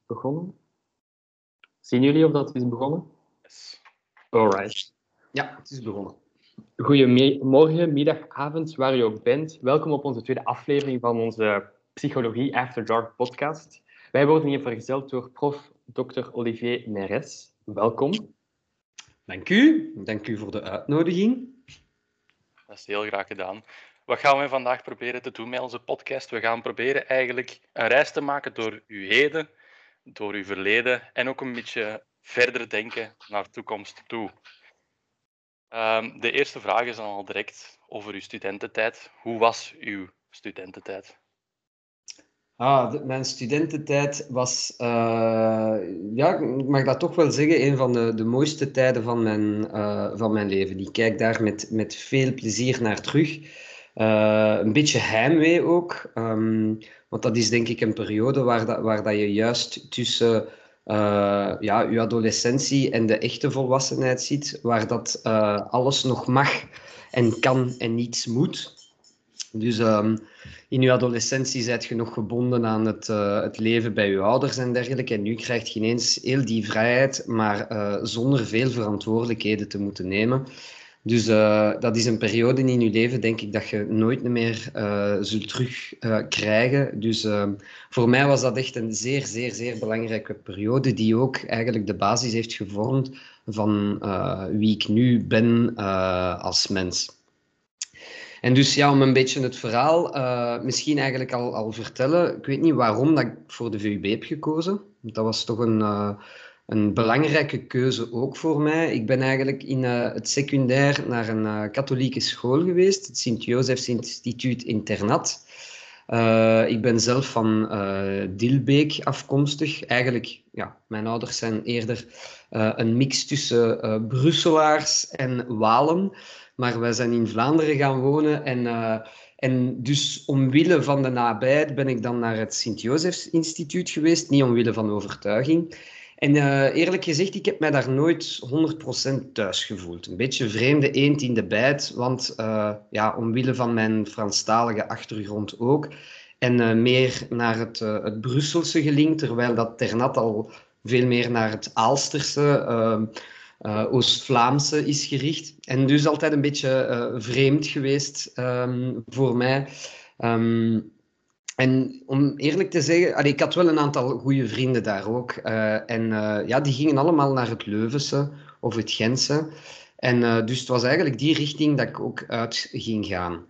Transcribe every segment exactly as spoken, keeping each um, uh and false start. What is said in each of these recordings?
begonnen? Zien jullie of dat is begonnen? Yes. Alright. Ja, het is begonnen. Goedemorgen, middag, avond, waar je ook bent. Welkom op onze tweede aflevering van onze Psychologie After Dark podcast. Wij worden hier vergezeld door prof dokter Olivier Neres. Welkom. Dank u. Dank u voor de uitnodiging. Dat is heel graag gedaan. Wat gaan we vandaag proberen te doen met onze podcast? We gaan proberen eigenlijk een reis te maken door uw heden, door uw verleden en ook een beetje verder denken naar de toekomst toe. Um, de eerste vraag is dan al direct over uw studententijd. Hoe was uw studententijd? Ah, de, mijn studententijd was, uh, ja, ik mag dat toch wel zeggen, een van de, de mooiste tijden van mijn, uh, van mijn leven. Ik kijk daar met, met veel plezier naar terug. Uh, een beetje heimwee ook, um, want dat is denk ik een periode waar, dat, waar dat je juist tussen uh, ja, je adolescentie en de echte volwassenheid zit, waar dat uh, alles nog mag en kan en niets moet. Dus um, in je adolescentie zijt je nog gebonden aan het, uh, het leven bij je ouders en dergelijke. En nu krijg je ineens heel die vrijheid, maar uh, zonder veel verantwoordelijkheden te moeten nemen. Dus uh, dat is een periode in je leven, denk ik, dat je nooit meer uh, zult terugkrijgen. Uh, dus uh, voor mij was dat echt een zeer, zeer, zeer belangrijke periode, die ook eigenlijk de basis heeft gevormd van uh, wie ik nu ben uh, als mens. En dus ja, om een beetje het verhaal uh, misschien eigenlijk al, al vertellen. Ik weet niet waarom dat ik voor de V U B heb gekozen. Dat was toch een, uh, een belangrijke keuze ook voor mij. Ik ben eigenlijk in uh, het secundair naar een uh, katholieke school geweest. Het Sint-Josefs Instituut Internat. Uh, ik ben zelf van uh, Dilbeek afkomstig. Eigenlijk, ja, mijn ouders zijn eerder uh, een mix tussen uh, Brusselaars en Walen. Maar wij zijn in Vlaanderen gaan wonen en, uh, en dus omwille van de nabijheid ben ik dan naar het Sint-Josefs Instituut geweest, niet omwille van overtuiging. En uh, eerlijk gezegd, ik heb mij daar nooit honderd procent thuis gevoeld. Een beetje vreemde eend in de bijt, want uh, ja, omwille van mijn Franstalige achtergrond ook. En uh, meer naar het, uh, het Brusselse gelinkt, terwijl dat Ternat al veel meer naar het Aalsterse... Uh, Uh, Oost-Vlaamse is gericht. En dus altijd een beetje uh, vreemd geweest um, voor mij. Um, en om eerlijk te zeggen, allee, ik had wel een aantal goede vrienden daar ook. Uh, en uh, ja, die gingen allemaal naar het Leuvense of het Gentse. En uh, dus het was eigenlijk die richting dat ik ook uit ging gaan.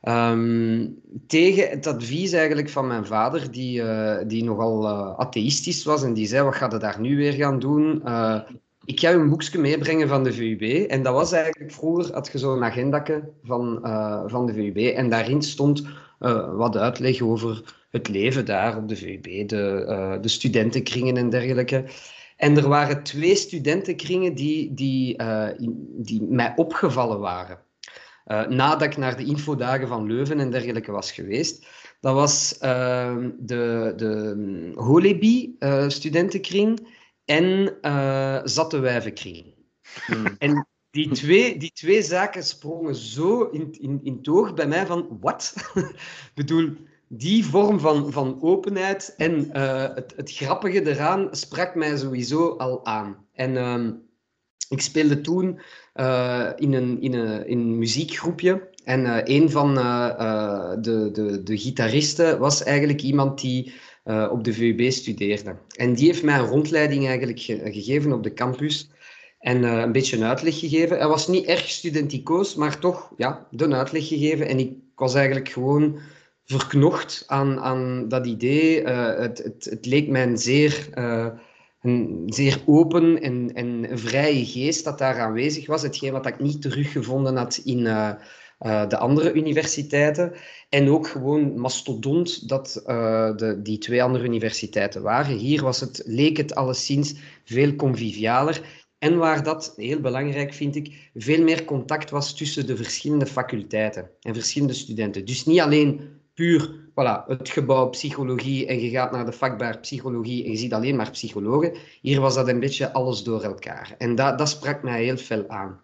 Um, tegen het advies eigenlijk van mijn vader, die, uh, die nogal uh, atheïstisch was en die zei, wat ga je daar nu weer gaan doen? Uh, Ik ga u een boekje meebrengen van de V U B. En dat was eigenlijk, vroeger had je zo'n agendake van, uh, van de V U B. En daarin stond uh, wat uitleg over het leven daar op de V U B, de, uh, de studentenkringen en dergelijke. En er waren twee studentenkringen die, die, uh, die mij opgevallen waren. Uh, nadat ik naar de infodagen van Leuven en dergelijke was geweest. Dat was uh, de, de Holebi uh, studentenkring en uh, Zattewijvenkring. Hmm. En die twee, die twee zaken sprongen zo in, in, in het oog bij mij van, wat? Ik bedoel, die vorm van, van openheid en uh, het, het grappige eraan sprak mij sowieso al aan. En uh, ik speelde toen uh, in, een, in, een, in een muziekgroepje. En uh, een van uh, uh, de, de, de gitaristen was eigenlijk iemand die uh, op de V U B studeerde. En die heeft mij een rondleiding eigenlijk ge gegeven op de campus. En uh, een beetje een uitleg gegeven. Hij was niet erg studenticoos, maar toch ja, de uitleg gegeven. En ik was eigenlijk gewoon verknocht aan, aan dat idee. Uh, het, het, het leek mij een zeer... Uh, een zeer open en, en vrije geest dat daar aanwezig was. Hetgeen wat ik niet teruggevonden had in uh, uh, de andere universiteiten. En ook gewoon mastodont dat uh, de, die twee andere universiteiten waren. Hier was het, leek het alleszins veel convivialer. En waar dat, heel belangrijk vind ik, veel meer contact was tussen de verschillende faculteiten en verschillende studenten. Dus niet alleen puur voilà, het gebouw psychologie en je gaat naar de vakbaar psychologie en je ziet alleen maar psychologen. Hier was dat een beetje alles door elkaar. En dat, dat sprak mij heel fel aan.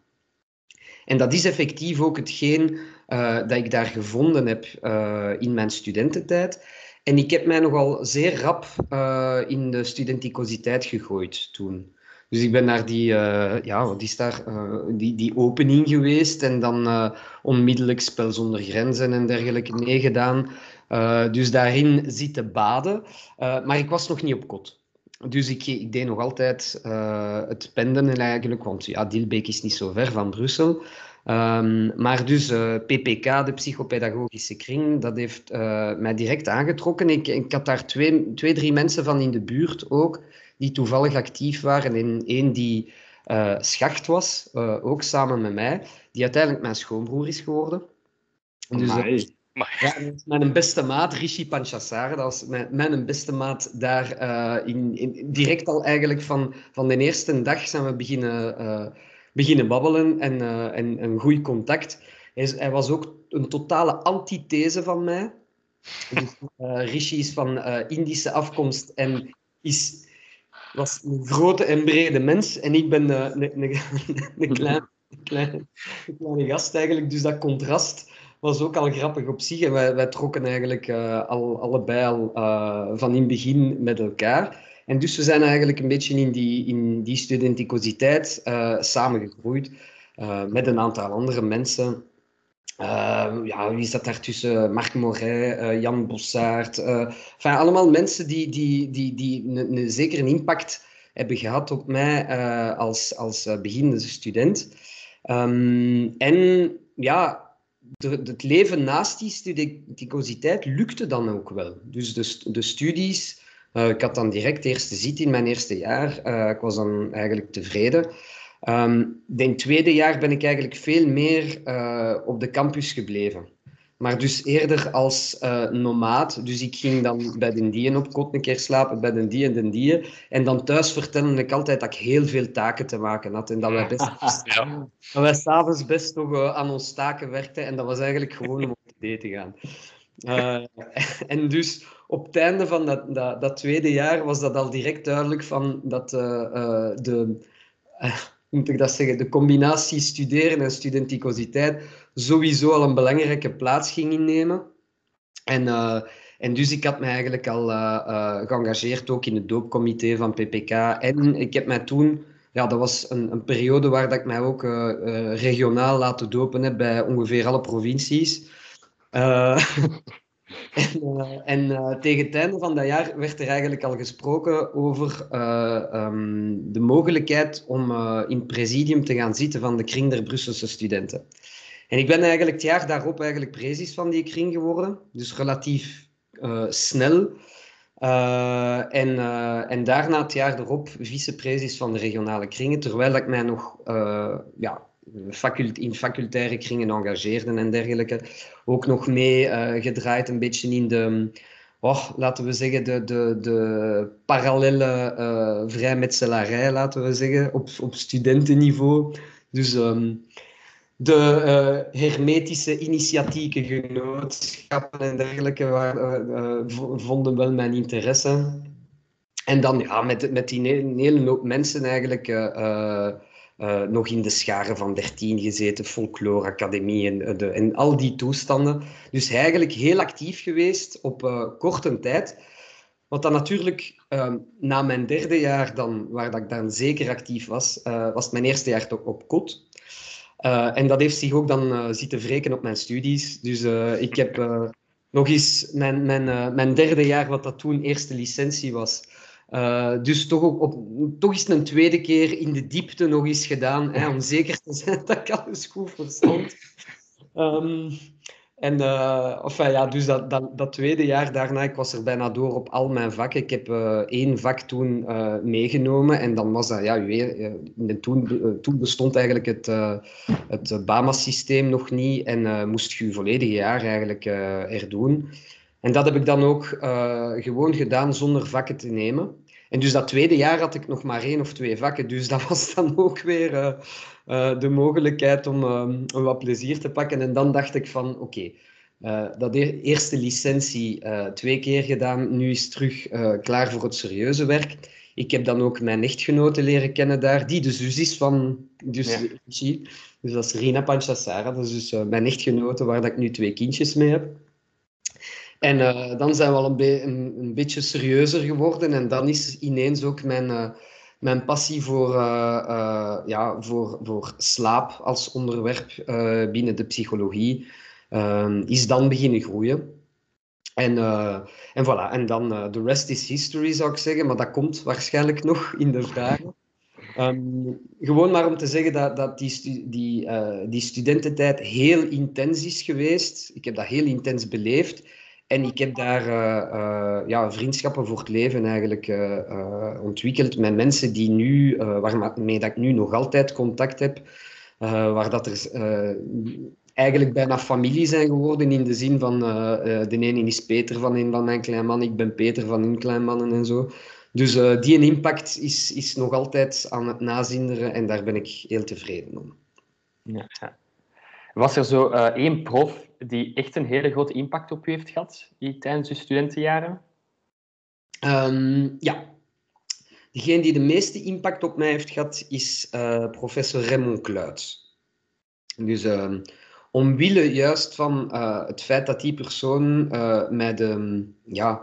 En dat is effectief ook hetgeen uh, dat ik daar gevonden heb uh, in mijn studententijd. En ik heb mij nogal zeer rap uh, in de studenticositeit gegooid toen. Dus ik ben naar die, uh, ja, wat is daar, uh, die, die opening geweest en dan uh, onmiddellijk Spel zonder Grenzen en dergelijke meegedaan. Uh, dus daarin zitten baden. Uh, maar ik was nog niet op kot. Dus ik, ik deed nog altijd uh, het pendelen eigenlijk, want ja, Dilbeek is niet zo ver van Brussel. Um, maar dus uh, P P K, de psychopedagogische kring, dat heeft uh, mij direct aangetrokken. Ik, ik had daar twee, twee, drie mensen van in de buurt ook, die toevallig actief waren. En één die uh, schacht was, uh, ook samen met mij, die uiteindelijk mijn schoonbroer is geworden. Dus, uh, ja, mijn beste maat, Rishi Panchasara, dat was mijn, mijn beste maat daar uh, in, in, direct al eigenlijk van, van de eerste dag zijn we beginnen... Uh, beginnen babbelen en, uh, en een goed contact. Hij, is, hij was ook een totale antithese van mij. Dus, uh, Rishi is van uh, Indische afkomst en is, was een grote en brede mens. En ik ben uh, een, een, een, klein, een, kleine, een kleine gast eigenlijk. Dus dat contrast was ook al grappig op zich. En wij, wij trokken eigenlijk uh, al, allebei al uh, van in het begin met elkaar. En dus we zijn eigenlijk een beetje in die, in die studenticositeit uh, samengegroeid uh, met een aantal andere mensen. Uh, ja, wie zat daartussen? Marc Moret, uh, Jan Bossaert. Uh, enfin, allemaal mensen die, die, die, die een, een, zeker een impact hebben gehad op mij uh, als, als uh, beginnende student. Um, en ja, de, het leven naast die studenticositeit lukte dan ook wel. Dus de, de studies... Uh, ik had dan direct eerste zit in mijn eerste jaar. Uh, ik was dan eigenlijk tevreden. Um, in het tweede jaar ben ik eigenlijk veel meer uh, op de campus gebleven. Maar dus eerder als uh, nomaat. Dus ik ging dan bij de dieën op kot een keer slapen, bij de die en de die. En dan thuis vertelde ik altijd dat ik heel veel taken te maken had. En dat wij, best, ja. dat wij s'avonds best nog uh, aan ons taken werkten. En dat was eigenlijk gewoon om op de date te gaan. Uh, en dus op het einde van dat, dat, dat tweede jaar was dat al direct duidelijk van dat uh, uh, de, uh, moet ik dat zeggen, de combinatie studeren en studenticositeit sowieso al een belangrijke plaats ging innemen. En, uh, en dus ik had me eigenlijk al uh, uh, geëngageerd ook in het doopcomité van P P K. En ik heb mij toen... Ja, dat was een, een periode waar dat ik mij ook uh, uh, regionaal laten dopen heb bij ongeveer alle provincies. Uh, en uh, en uh, tegen het einde van dat jaar werd er eigenlijk al gesproken over uh, um, de mogelijkheid om uh, in het presidium te gaan zitten van de kring der Brusselse studenten. En ik ben eigenlijk het jaar daarop eigenlijk precies van die kring geworden, dus relatief uh, snel. Uh, en, uh, en daarna het jaar erop vicepresident van de regionale kringen, terwijl ik mij nog... Uh, ja, in facultaire kringen engageerden en dergelijke. Ook nog mee uh, gedraaid een beetje in de, oh, laten we zeggen, de, de, de parallele uh, vrijmetselarij, laten we zeggen, op, op studentenniveau. Dus um, de uh, hermetische initiatieke genootschappen en dergelijke waar, uh, uh, vonden wel mijn interesse. En dan ja, met, met die een hele hoop mensen eigenlijk... Uh, uh, Uh, nog in de scharen van dertien gezeten, folkloreacademie en, de, en al die toestanden. Dus eigenlijk heel actief geweest op uh, korte tijd. Wat dan natuurlijk uh, na mijn derde jaar, dan, waar dat ik dan zeker actief was, uh, was het mijn eerste jaar op, op kot. Uh, en dat heeft zich ook dan uh, zitten wreken op mijn studies. Dus uh, ik heb uh, nog eens mijn, mijn, uh, mijn derde jaar, wat dat toen eerste licentie was... Uh, dus toch, op, op, toch is het een tweede keer in de diepte nog eens gedaan, hè, om zeker te zijn dat ik alles goed verstond. Um, en uh, enfin, ja, dus dat, dat, dat tweede jaar daarna, ik was er bijna door op al mijn vakken. Ik heb uh, één vak toen uh, meegenomen en dan was dat, ja, weer, uh, toen, uh, toen bestond eigenlijk het, uh, het B A M A-systeem nog niet en uh, moest je je volledige jaar eigenlijk uh, erdoen. En dat heb ik dan ook uh, gewoon gedaan zonder vakken te nemen. En dus dat tweede jaar had ik nog maar één of twee vakken. Dus dat was dan ook weer uh, uh, de mogelijkheid om uh, wat plezier te pakken. En dan dacht ik van, oké, okay, uh, dat e- eerste licentie uh, twee keer gedaan. Nu is het terug uh, klaar voor het serieuze werk. Ik heb dan ook mijn echtgenote leren kennen daar, die de zus is van... Dus, ja. dus dat is Rina Panchasara, dat is dus uh, mijn echtgenote waar dat ik nu twee kindjes mee heb. En uh, dan zijn we al een, be een, een beetje serieuzer geworden. En dan is ineens ook mijn, uh, mijn passie voor, uh, uh, ja, voor, voor slaap als onderwerp uh, binnen de psychologie uh, is dan beginnen groeien. En, uh, en voilà, en dan uh, the rest is history, zou ik zeggen. Maar dat komt waarschijnlijk nog in de vragen. Um, gewoon maar om te zeggen dat, dat die, stu die, uh, die studententijd heel intens is geweest. Ik heb dat heel intens beleefd. En ik heb daar uh, uh, ja, vriendschappen voor het leven eigenlijk uh, uh, ontwikkeld met mensen die nu, uh, waarmee dat ik nu nog altijd contact heb. Uh, waar dat er uh, eigenlijk bijna familie zijn geworden in de zin van uh, uh, de ene is Peter van een van mijn kleinmannen, ik ben Peter van hun kleinmannen en zo. Dus uh, die impact is, is nog altijd aan het nazinderen en daar ben ik heel tevreden om. Ja, ja. Was er zo uh, één prof die echt een hele grote impact op u heeft gehad die, tijdens uw studentenjaren? Um, ja. Degene die de meeste impact op mij heeft gehad is uh, professor Raymond Kluits. Dus uh, omwille juist van uh, het feit dat die persoon uh, mij de, ja,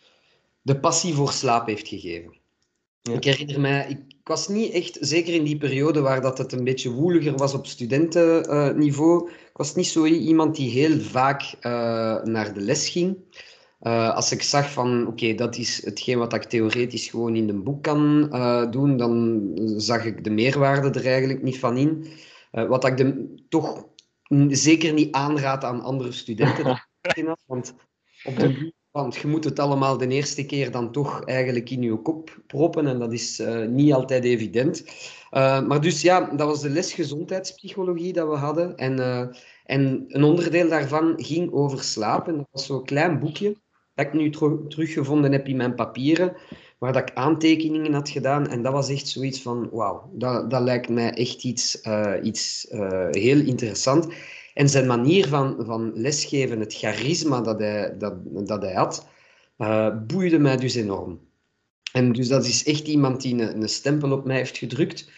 de passie voor slaap heeft gegeven. Ja. Ik herinner mij, ik was niet echt, zeker in die periode waar dat het een beetje woeliger was op studentenniveau, ik was niet zo iemand die heel vaak uh, naar de les ging. Uh, als ik zag van, oké, okay, dat is hetgeen wat ik theoretisch gewoon in een boek kan uh, doen, dan zag ik de meerwaarde er eigenlijk niet van in. Uh, wat ik de, toch zeker niet aanraad aan andere studenten. Want op de want je moet het allemaal de eerste keer dan toch eigenlijk in je kop proppen en dat is uh, niet altijd evident. Uh, maar dus ja, dat was de les gezondheidspsychologie dat we hadden. En, uh, en een onderdeel daarvan ging over slapen. Dat was zo'n klein boekje dat ik nu teruggevonden heb in mijn papieren, waar dat ik aantekeningen had gedaan. En dat was echt zoiets van, wauw, dat, dat lijkt mij echt iets, uh, iets uh, heel interessant. En zijn manier van, van lesgeven, het charisma dat hij, dat, dat hij had, uh, boeide mij dus enorm. En dus dat is echt iemand die een, een stempel op mij heeft gedrukt.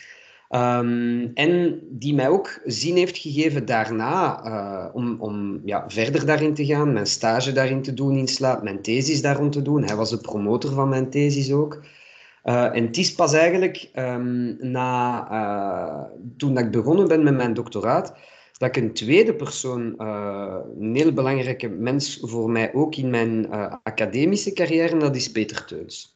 Um, en die mij ook zin heeft gegeven daarna uh, om, om ja, verder daarin te gaan, mijn stage daarin te doen in slaap, mijn thesis daarom te doen. Hij was de promotor van mijn thesis ook. Uh, en het is pas eigenlijk um, na, uh, toen ik begonnen ben met mijn doctoraat, dat ik een tweede persoon, uh, een heel belangrijke mens voor mij ook in mijn uh, academische carrière, dat is Peter Teuns.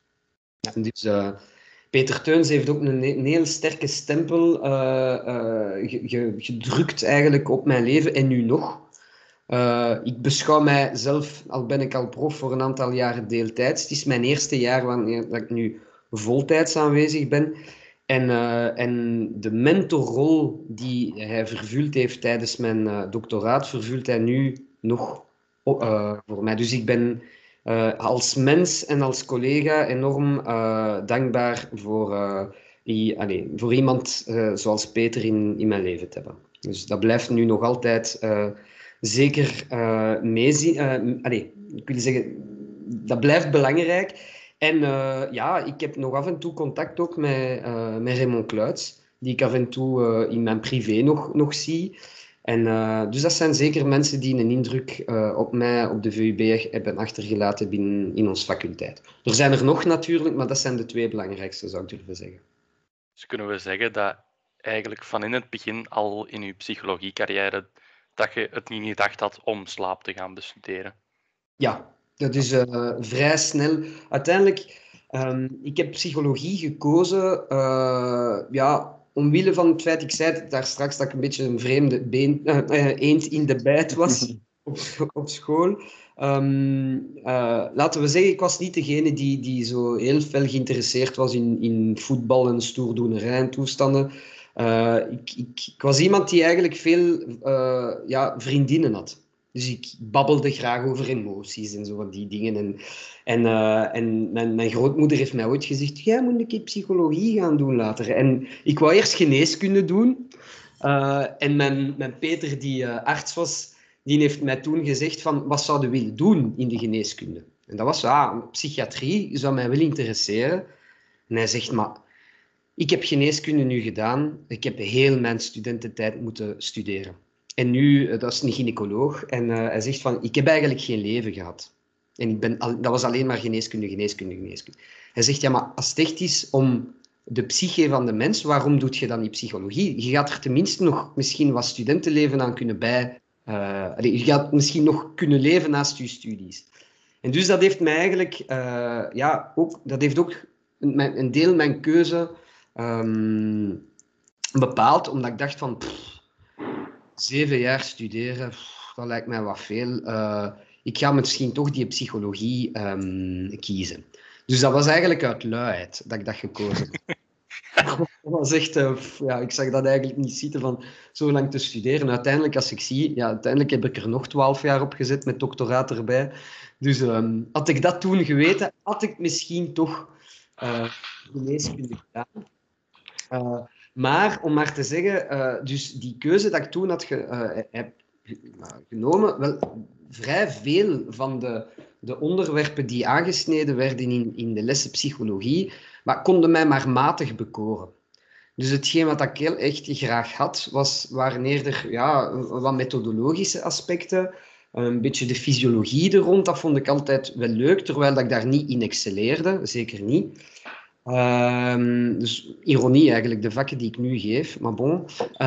Dus uh, Peter Teuns heeft ook een, een heel sterke stempel uh, uh, gedrukt eigenlijk op mijn leven en nu nog. Uh, ik beschouw mijzelf, al ben ik al prof voor een aantal jaren deeltijds. Het is mijn eerste jaar wanneer dat ik nu voltijds aanwezig ben. En, uh, en de mentorrol die hij vervuld heeft tijdens mijn uh, doctoraat, vervult hij nu nog uh, voor mij. Dus ik ben uh, als mens en als collega enorm uh, dankbaar voor, uh, die, allez, voor iemand uh, zoals Peter in, in mijn leven te hebben. Dus dat blijft nu nog altijd uh, zeker uh, meezien. Uh, allez, ik wil zeggen, dat blijft belangrijk. En uh, ja, ik heb nog af en toe contact ook met, uh, met Raymond Kluits, die ik af en toe uh, in mijn privé nog, nog zie. En, uh, dus dat zijn zeker mensen die een indruk uh, op mij op de V U B hebben achtergelaten binnen in onze faculteit. Er zijn er nog natuurlijk, maar dat zijn de twee belangrijkste, zou ik durven zeggen. Dus kunnen we zeggen dat eigenlijk van in het begin al in uw psychologiecarrière dat je het niet gedacht had om slaap te gaan bestuderen? Ja. Dat is uh, vrij snel. Uiteindelijk, um, ik heb psychologie gekozen, uh, ja, omwille van het feit, ik zei het daar straks, dat ik een beetje een vreemde been, uh, uh, eend in de bijt was op, op school. Um, uh, laten we zeggen, ik was niet degene die, die zo heel fel geïnteresseerd was in, in voetbal en stoerdoenerij en toestanden. Uh, ik, ik, ik was iemand die eigenlijk veel uh, ja, vriendinnen had. Dus ik babbelde graag over emoties en zo van die dingen. En, en, uh, en mijn, mijn grootmoeder heeft mij ooit gezegd, jij moet een keer psychologie gaan doen later. En ik wou eerst geneeskunde doen. Uh, en mijn, mijn Peter, die uh, arts was, die heeft mij toen gezegd van, wat zou je willen doen in de geneeskunde? En dat was, ah, psychiatrie zou mij wel interesseren. En hij zegt, maar ik heb geneeskunde nu gedaan. Ik heb heel mijn studententijd moeten studeren. En nu, dat is een gynaecoloog, en uh, hij zegt van, ik heb eigenlijk geen leven gehad. En ik ben al, dat was alleen maar geneeskunde, geneeskunde, geneeskunde. Hij zegt, ja, maar als het echt is om de psyche van de mens, waarom doe je dan niet psychologie? Je gaat er tenminste nog misschien wat studentenleven aan kunnen bij... Uh, allez, je gaat misschien nog kunnen leven naast je studies. En dus dat heeft mij eigenlijk... Uh, ja, ook, dat heeft ook een, een deel mijn keuze um, bepaald, omdat ik dacht van... Pff, zeven jaar studeren, pff, dat lijkt mij wat veel. Uh, ik ga misschien toch die psychologie um, kiezen. Dus dat was eigenlijk uit luiheid dat ik dat gekozen heb. Dat was echt, uh, ja, ik zag dat eigenlijk niet zitten van zo lang te studeren. Uiteindelijk, als ik zie, ja, uiteindelijk heb ik er nog twaalf jaar op gezet met doctoraat erbij. Dus um, had ik dat toen geweten, had ik misschien toch uh, geneeskunde gedaan. Uh, maar om maar te zeggen, uh, dus die keuze dat ik toen had ge, uh, heb genomen, wel, vrij veel van de, de onderwerpen die aangesneden werden in, in de lessen psychologie, maar konden mij maar matig bekoren. Dus hetgeen wat ik heel echt graag had, was, waren eerder ja, wat methodologische aspecten, een beetje de fysiologie er rond, dat vond ik altijd wel leuk, terwijl dat ik daar niet in excelleerde, zeker niet. Uh, dus ironie eigenlijk, de vakken die ik nu geef, maar bon.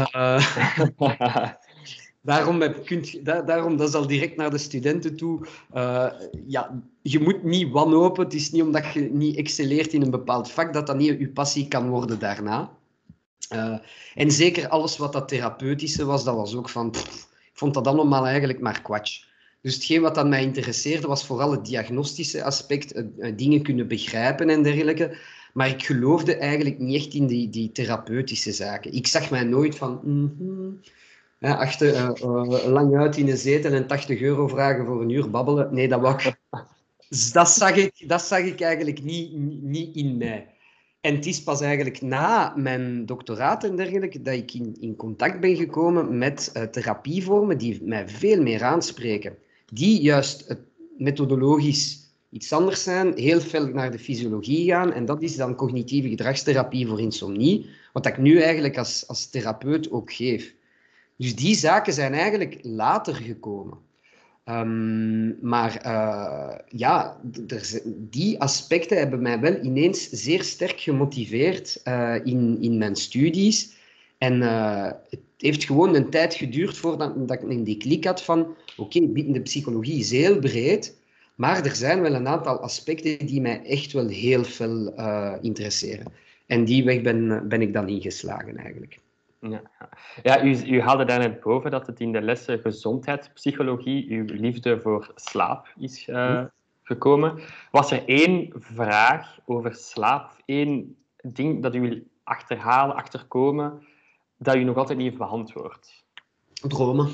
Uh, daarom, heb, kunt, da, daarom, dat is al direct naar de studenten toe. Uh, ja, je moet niet wanhopen, het is niet omdat je niet excelleert in een bepaald vak, dat dat niet je passie kan worden daarna. Uh, en zeker alles wat dat therapeutische was, dat was ook van... Pff, ik vond dat allemaal eigenlijk maar kwatsch. Dus hetgeen wat dat mij interesseerde, was vooral het diagnostische aspect, uh, uh, dingen kunnen begrijpen en dergelijke. Maar ik geloofde eigenlijk niet echt in die, die therapeutische zaken. Ik zag mij nooit van... Mm-hmm, ja, achter, uh, uh, lang uit in een zetel en tachtig euro vragen voor een uur babbelen. Nee, dat wou ik... dat, zag ik, dat zag ik eigenlijk niet, niet in mij. En het is pas eigenlijk na mijn doctoraat en dergelijke dat ik in, in contact ben gekomen met uh, therapievormen die mij veel meer aanspreken. Die juist uh, methodologisch iets anders zijn, heel veel naar de fysiologie gaan. En dat is dan cognitieve gedragstherapie voor insomnie, wat ik nu eigenlijk als, als therapeut ook geef. Dus die zaken zijn eigenlijk later gekomen. Um, maar uh, ja, er, die aspecten hebben mij wel ineens zeer sterk gemotiveerd uh, in, in mijn studies. En uh, het heeft gewoon een tijd geduurd voordat dat ik in die klik had van oké, okay, de psychologie is heel breed, maar er zijn wel een aantal aspecten die mij echt wel heel veel uh, interesseren. En die weg ben, ben ik dan ingeslagen eigenlijk. Ja, ja u, u haalde daarnet boven dat het in de lessen gezondheidspsychologie uw liefde voor slaap is uh, gekomen. Was er één vraag over slaap, één ding dat u wil achterhalen, achterkomen, dat u nog altijd niet heeft beantwoord? Dromen.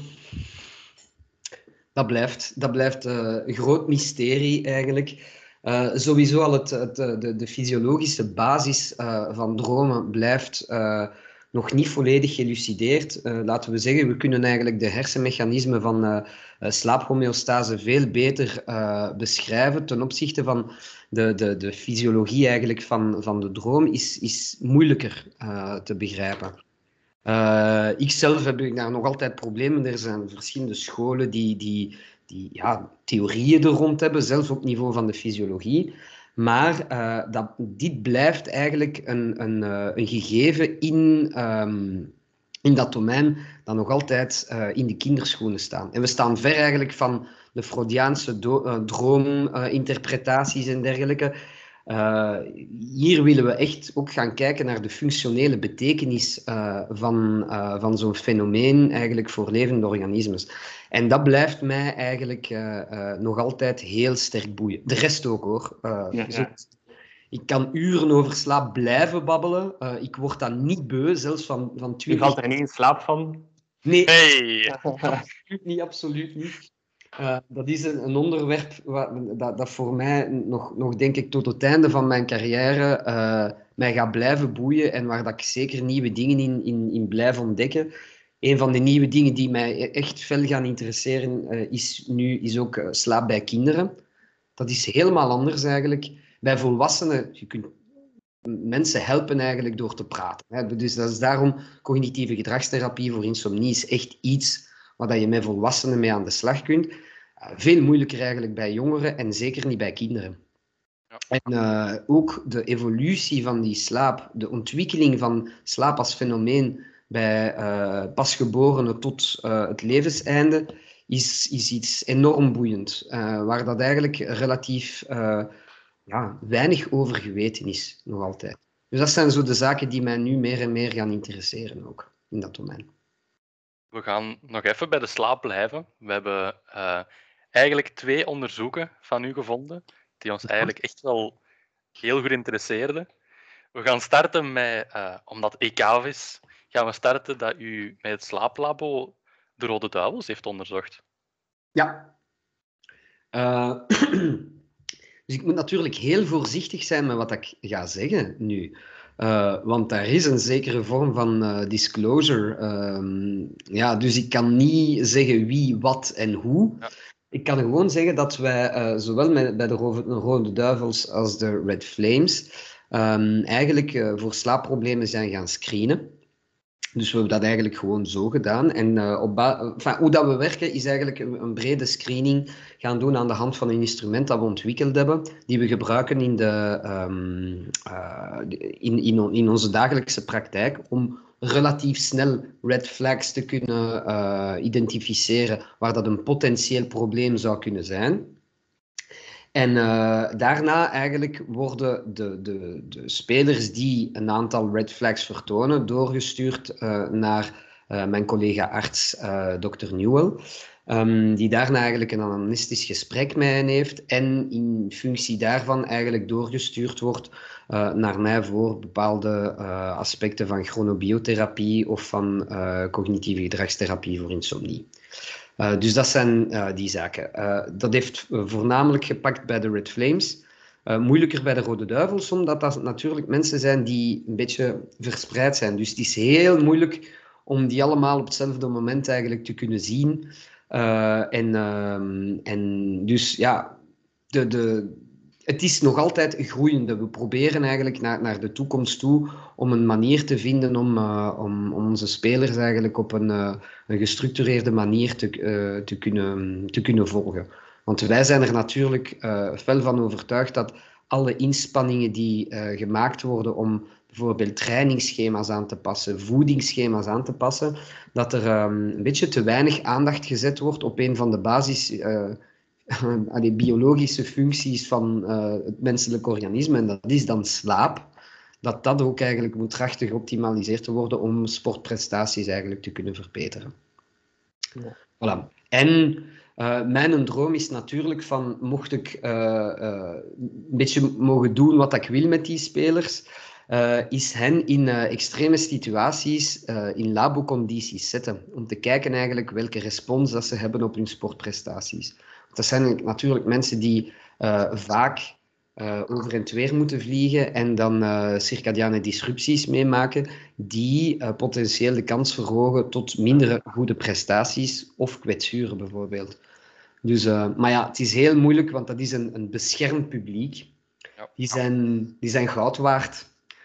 Dat blijft, dat blijft uh, een groot mysterie eigenlijk. Uh, sowieso al het, het, de, de fysiologische basis uh, van dromen blijft... Uh, nog niet volledig gelucideerd. Uh, laten we zeggen, we kunnen eigenlijk de hersenmechanismen van uh, uh, slaaphomeostase veel beter uh, beschrijven ten opzichte van de, de, de fysiologie eigenlijk van, van de droom is, is moeilijker uh, te begrijpen. Uh, ikzelf heb ik daar nog altijd problemen. Er zijn verschillende scholen die, die, die ja, theorieën er rond hebben, zelfs op niveau van de fysiologie. Maar uh, dat, dit blijft eigenlijk een, een, uh, een gegeven in, um, in dat domein dat nog altijd uh, in de kinderschoenen staat. En we staan ver eigenlijk van de Freudiaanse do- uh, droominterpretaties uh, en dergelijke. Uh, hier willen we echt ook gaan kijken naar de functionele betekenis uh, van, uh, van zo'n fenomeen eigenlijk voor levende organismes. En dat blijft mij eigenlijk uh, uh, nog altijd heel sterk boeien. De rest ook, hoor. Uh, ja, ja. Ik kan uren over slaap blijven babbelen. Uh, ik word dan niet beu, zelfs van, van twintig... Je valt er niet in slaap van? Nee, hey. absoluut niet, absoluut niet. Uh, dat is een, een onderwerp wat, dat, dat voor mij nog, nog, denk ik, tot het einde van mijn carrière uh, mij gaat blijven boeien en waar dat ik zeker nieuwe dingen in, in, in blijf ontdekken. Een van de nieuwe dingen die mij echt fel gaan interesseren uh, is nu is ook uh, slaap bij kinderen. Dat is helemaal anders eigenlijk. Bij volwassenen, je kunt mensen helpen eigenlijk door te praten. Hè. Dus dat is daarom cognitieve gedragstherapie voor insomnie is echt iets waar je met volwassenen mee aan de slag kunt. veel moeilijker eigenlijk bij jongeren en zeker niet bij kinderen. Ja. En uh, ook de evolutie van die slaap, de ontwikkeling van slaap als fenomeen bij uh, pasgeborenen tot uh, het levenseinde, is, is iets enorm boeiend. Uh, waar dat eigenlijk relatief uh, ja, weinig over geweten is, nog altijd. Dus dat zijn zo de zaken die mij nu meer en meer gaan interesseren ook, in dat domein. We gaan nog even bij de slaap blijven. We hebben uh, eigenlijk twee onderzoeken van u gevonden, die ons eigenlijk echt wel heel goed interesseerden. We gaan starten met, uh, omdat E K A V is, gaan we starten dat u met het slaaplabo de Rode Duivels heeft onderzocht. Ja. Uh, dus ik moet natuurlijk heel voorzichtig zijn met wat ik ga zeggen nu. Uh, want daar is een zekere vorm van uh, disclosure. Uh, ja, dus ik kan niet zeggen wie, wat en hoe. Ja. Ik kan gewoon zeggen dat wij, uh, zowel met, bij de Rode Duivels als de Red Flames, um, eigenlijk uh, voor slaapproblemen zijn gaan screenen. Dus we hebben dat eigenlijk gewoon zo gedaan. En uh, op ba- enfin, hoe dat we werken is eigenlijk een, een brede screening gaan doen aan de hand van een instrument dat we ontwikkeld hebben, die we gebruiken in, de, um, uh, in, in, in onze dagelijkse praktijk om relatief snel red flags te kunnen uh, identificeren waar dat een potentieel probleem zou kunnen zijn. En uh, daarna eigenlijk worden de, de, de spelers die een aantal red flags vertonen doorgestuurd uh, naar uh, mijn collega-arts, uh, dokter Newell, um, die daarna eigenlijk een anamnestisch gesprek met hen heeft en in functie daarvan eigenlijk doorgestuurd wordt uh, naar mij voor bepaalde uh, aspecten van chronobiotherapie of van uh, cognitieve gedragstherapie voor insomnie. Uh, dus dat zijn uh, die zaken. Uh, dat heeft uh, voornamelijk gepakt bij de Red Flames. Uh, moeilijker bij de Rode Duivels, omdat dat natuurlijk mensen zijn die een beetje verspreid zijn. Dus het is heel moeilijk om die allemaal op hetzelfde moment eigenlijk te kunnen zien. Uh, en, uh, en dus ja, de, de, het is nog altijd groeiende. We proberen eigenlijk naar, naar de toekomst toe om een manier te vinden om, uh, om, om onze spelers eigenlijk op een, uh, een gestructureerde manier te, uh, te, kunnen, te kunnen volgen. Want wij zijn er natuurlijk uh, fel van overtuigd dat alle inspanningen die uh, gemaakt worden om bijvoorbeeld trainingsschema's aan te passen, voedingsschema's aan te passen, dat er um, een beetje te weinig aandacht gezet wordt op een van de basis... Uh, die biologische functies van uh, het menselijk organisme, en dat is dan slaap, dat dat ook eigenlijk moet trachten geoptimaliseerd te worden om sportprestaties eigenlijk te kunnen verbeteren. Ja. Voilà. En uh, mijn droom is natuurlijk van, mocht ik uh, uh, een beetje mogen doen wat ik wil met die spelers, uh, is hen in uh, extreme situaties uh, in labocondities zetten, om te kijken eigenlijk welke respons dat ze hebben op hun sportprestaties. Dat zijn natuurlijk mensen die uh, vaak uh, over en weer moeten vliegen en dan uh, circadiane disrupties meemaken die uh, potentieel de kans verhogen tot mindere goede prestaties of kwetsuren bijvoorbeeld. Dus, uh, maar ja, het is heel moeilijk, want dat is een, een beschermd publiek. Die zijn, die zijn goud waard.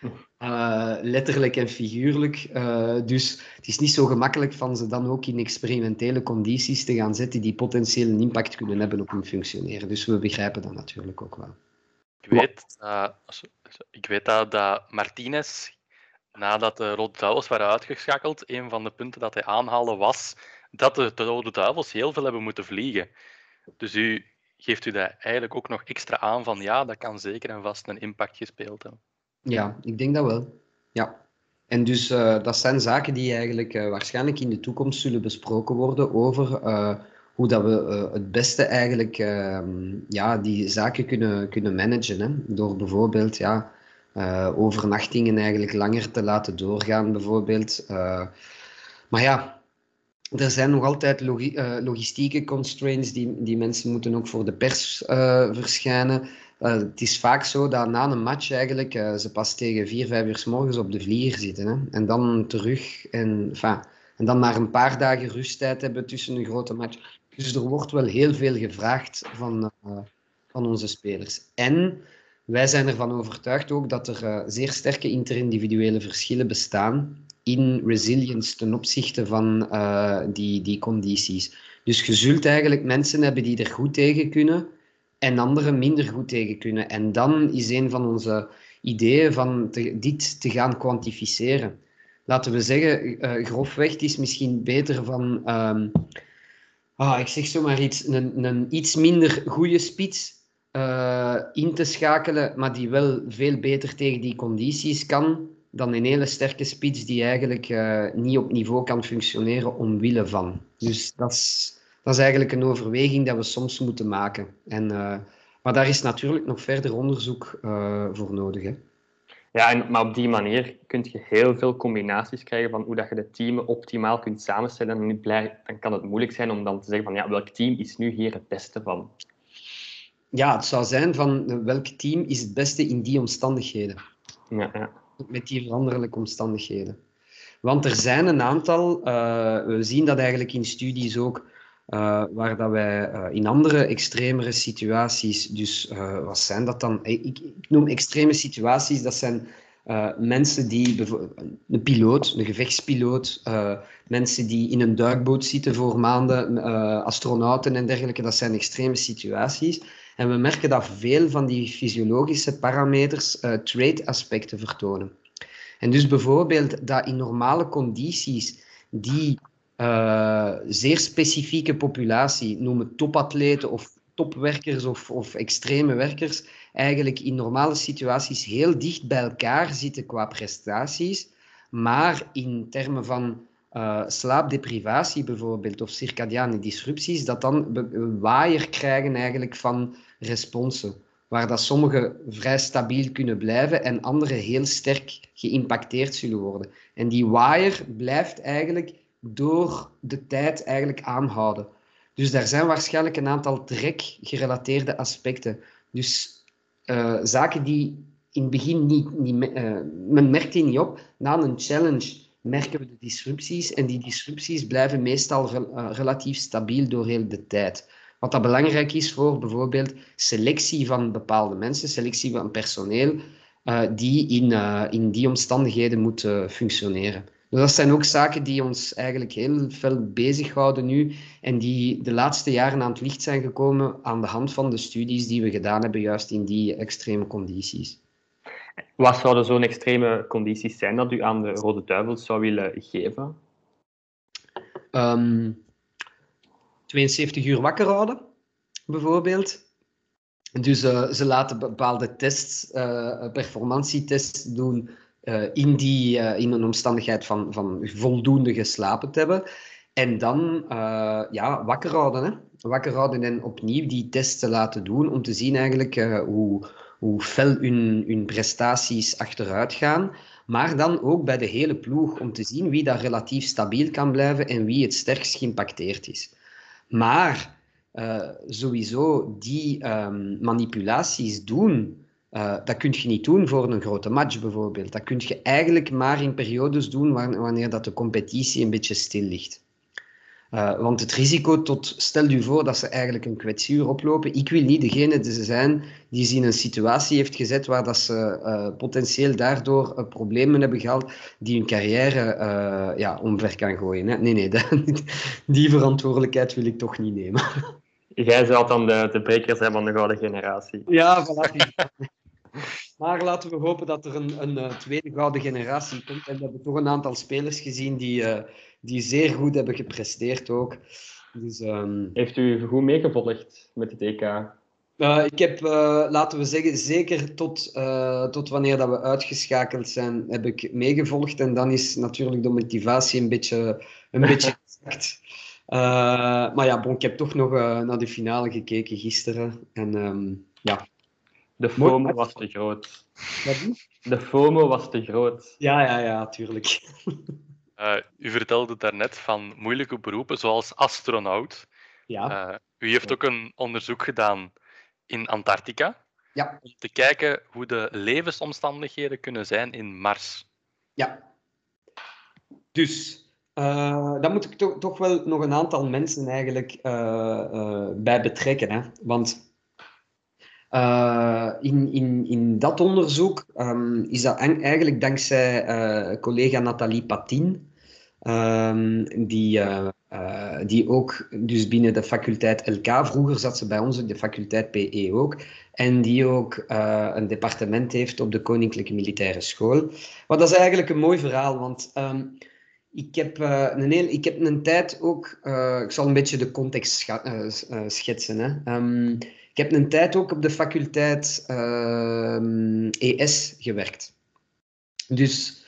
Uh, letterlijk en figuurlijk. Uh, dus het is niet zo gemakkelijk van ze dan ook in experimentele condities te gaan zetten die potentieel een impact kunnen hebben op hun functioneren. Dus we begrijpen dat natuurlijk ook wel. Ik weet, uh, ik weet dat, dat Martinez, nadat de Rode Duivels waren uitgeschakeld, een van de punten dat hij aanhaalde was dat de, de Rode Duivels heel veel hebben moeten vliegen. Dus u geeft u dat eigenlijk ook nog extra aan van ja, dat kan zeker en vast een impact gespeeld hebben. Ja, ik denk dat wel. Ja. En dus uh, dat zijn zaken die eigenlijk uh, waarschijnlijk in de toekomst zullen besproken worden over uh, hoe dat we uh, het beste eigenlijk uh, ja, die zaken kunnen, kunnen managen. Hè? Door bijvoorbeeld ja, uh, overnachtingen eigenlijk langer te laten doorgaan bijvoorbeeld. Uh, maar ja, er zijn nog altijd logi uh, logistieke constraints die, die mensen moeten ook voor de pers uh, verschijnen. Uh, het is vaak zo dat na een match eigenlijk uh, ze pas tegen vier, vijf uur 's morgens op de vlieger zitten. Hè? En dan terug en, enfin, en dan maar een paar dagen rusttijd hebben tussen een grote match. Dus er wordt wel heel veel gevraagd van, uh, van onze spelers. En wij zijn ervan overtuigd ook dat er uh, zeer sterke interindividuele verschillen bestaan in resilience ten opzichte van uh, die, die condities. Dus je zult eigenlijk mensen hebben die er goed tegen kunnen en anderen minder goed tegen kunnen. En dan is een van onze ideeën van te, dit te gaan kwantificeren. Laten we zeggen, uh, grofweg, het is misschien beter van, um, ah, ik zeg zomaar iets, een, een iets minder goede spits uh, in te schakelen, maar die wel veel beter tegen die condities kan, dan een hele sterke spits die eigenlijk uh, niet op niveau kan functioneren omwille van. Dus dat is, dat is eigenlijk een overweging dat we soms moeten maken. En, uh, maar daar is natuurlijk nog verder onderzoek uh, voor nodig. Hè. Ja, en, maar op die manier kun je heel veel combinaties krijgen van hoe dat je de teamen optimaal kunt samenstellen. En dan kan het moeilijk zijn om dan te zeggen van ja, welk team is nu hier het beste van? Ja, het zou zijn van welk team is het beste in die omstandigheden. Ja, ja. Met die veranderlijke omstandigheden. Want er zijn een aantal, uh, we zien dat eigenlijk in studies ook, uh, waar dat wij uh, in andere extremere situaties, dus uh, wat zijn dat dan? Ik, ik noem extreme situaties, dat zijn uh, mensen die, een piloot, een gevechtspiloot, uh, mensen die in een duikboot zitten voor maanden, uh, astronauten en dergelijke, dat zijn extreme situaties. En we merken dat veel van die fysiologische parameters uh, trait-aspecten vertonen. En dus bijvoorbeeld dat in normale condities die uh, zeer specifieke populatie, noemen topatleten of topwerkers of, of extreme werkers, eigenlijk in normale situaties heel dicht bij elkaar zitten qua prestaties, maar in termen van uh, slaapdeprivatie bijvoorbeeld of circadiane disrupties, dat dan een waaier krijgen eigenlijk van responsen. Waar dat sommigen vrij stabiel kunnen blijven en anderen heel sterk geïmpacteerd zullen worden. En die waaier blijft eigenlijk door de tijd eigenlijk aanhouden. Dus daar zijn waarschijnlijk een aantal trek-gerelateerde aspecten. Dus uh, zaken die in het begin niet... niet uh, men merkt die niet op. Na een challenge merken we de disrupties. En die disrupties blijven meestal re uh, relatief stabiel door heel de tijd. Wat dat belangrijk is voor bijvoorbeeld selectie van bepaalde mensen, selectie van personeel, uh, die in, uh, in die omstandigheden moeten functioneren. Dus dat zijn ook zaken die ons eigenlijk heel veel bezighouden nu en die de laatste jaren aan het licht zijn gekomen aan de hand van de studies die we gedaan hebben, juist in die extreme condities. Wat zouden zo'n extreme condities zijn dat u aan de Rode Duivels zou willen geven? Um, tweeënzeventig uur wakker houden, bijvoorbeeld. Dus uh, ze laten bepaalde tests, uh, performantietests doen uh, in, die, uh, in een omstandigheid van, van voldoende geslapen te hebben. En dan uh, ja, wakker houden. Hè? Wakker houden en opnieuw die testen laten doen om te zien eigenlijk uh, hoe, hoe fel hun, hun prestaties achteruit gaan. Maar dan ook bij de hele ploeg om te zien wie daar relatief stabiel kan blijven en wie het sterkst geïmpacteerd is. Maar uh, sowieso die um, manipulaties doen, uh, dat kun je niet doen voor een grote match bijvoorbeeld. Dat kun je eigenlijk maar in periodes doen wanneer dat de competitie een beetje stil ligt. Uh, want het risico tot, stel je voor dat ze eigenlijk een kwetsuur oplopen. Ik wil niet degene zijn die ze in een situatie heeft gezet waar dat ze uh, potentieel daardoor uh, problemen hebben gehad die hun carrière uh, ja, omver kan gooien. Hè? Nee, nee, dat, die verantwoordelijkheid wil ik toch niet nemen. Jij zou dan de, de breker zijn van de gouden generatie. Ja, voilà. Maar laten we hopen dat er een, een, een tweede gouden generatie komt. En we hebben toch een aantal spelers gezien die, uh, die zeer goed hebben gepresteerd ook. Dus, um... Heeft u goed meegevolgd met het E K? Uh, ik heb, uh, laten we zeggen, zeker tot, uh, tot wanneer dat we uitgeschakeld zijn, heb ik meegevolgd. En dan is natuurlijk de motivatie een beetje, een beetje gezakt. Uh, maar ja, bon, ik heb toch nog uh, naar de finale gekeken gisteren. En um, ja... De FOMO was te groot. De FOMO was te groot. Ja, ja, ja, tuurlijk. Uh, u vertelde daarnet van moeilijke beroepen, zoals astronaut. Ja. Uh, u heeft ook een onderzoek gedaan in Antarctica. Ja. Om te kijken hoe de levensomstandigheden kunnen zijn in Mars. Ja. Dus, uh, daar moet ik to- toch wel nog een aantal mensen eigenlijk uh, uh, bij betrekken. Hè? Want... Uh, in, in, in dat onderzoek um, is dat eigenlijk dankzij uh, collega Nathalie Patin, um, die, uh, uh, die ook dus binnen de faculteit L K, vroeger zat ze bij ons in de faculteit P E ook, en die ook uh, een departement heeft op de Koninklijke Militaire School. Maar dat is eigenlijk een mooi verhaal, want um, ik, heb, uh, een heel, ik heb een tijd ook... Uh, ik zal een beetje de context uh, uh, schetsen. Hè. Um, ik heb een tijd ook op de faculteit uh, E S gewerkt. Dus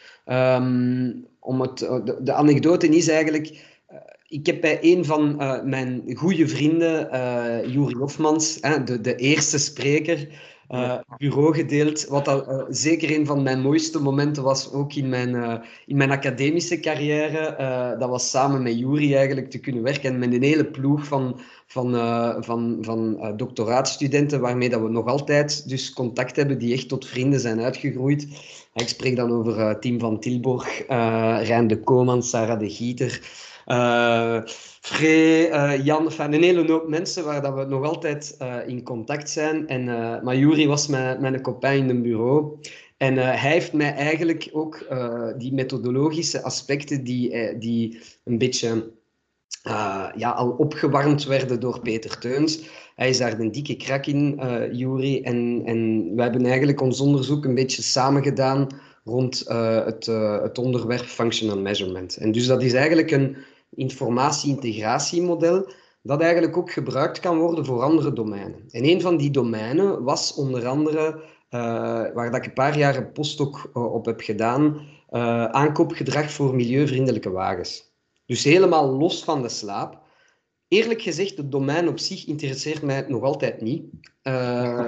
um, om het, de, de anekdote is eigenlijk... Uh, ik heb bij een van uh, mijn goede vrienden, uh, Juri Hofmans, uh, de, de eerste spreker, uh, bureau gedeeld. Wat dat, uh, zeker een van mijn mooiste momenten was, ook in mijn, uh, in mijn academische carrière. Uh, dat was samen met Juri eigenlijk te kunnen werken en met een hele ploeg van... van, uh, van, van uh, doctoraatstudenten, waarmee dat we nog altijd dus contact hebben, die echt tot vrienden zijn uitgegroeid. Ik spreek dan over uh, Tim van Tilborg, uh, Rijn de Koman, Sarah de Gieter, uh, Free, uh, Jan, enfin, een hele hoop mensen waar dat we nog altijd uh, in contact zijn. En, uh, maar Juri was mijn, mijn copain in het bureau. En uh, hij heeft mij eigenlijk ook uh, die methodologische aspecten die, uh, die een beetje... Uh, ja, al opgewarmd werden door Peter Teuns. Hij is daar een dikke krak in, uh, Juri. En, en we hebben eigenlijk ons onderzoek een beetje samengedaan rond uh, het, uh, het onderwerp functional measurement. En dus dat is eigenlijk een informatie-integratiemodel dat eigenlijk ook gebruikt kan worden voor andere domeinen. En een van die domeinen was onder andere, uh, waar dat ik een paar jaar een postdoc uh, op heb gedaan, uh, aankoopgedrag voor milieuvriendelijke wagens. Dus helemaal los van de slaap. Eerlijk gezegd, het domein op zich interesseert mij nog altijd niet. Uh,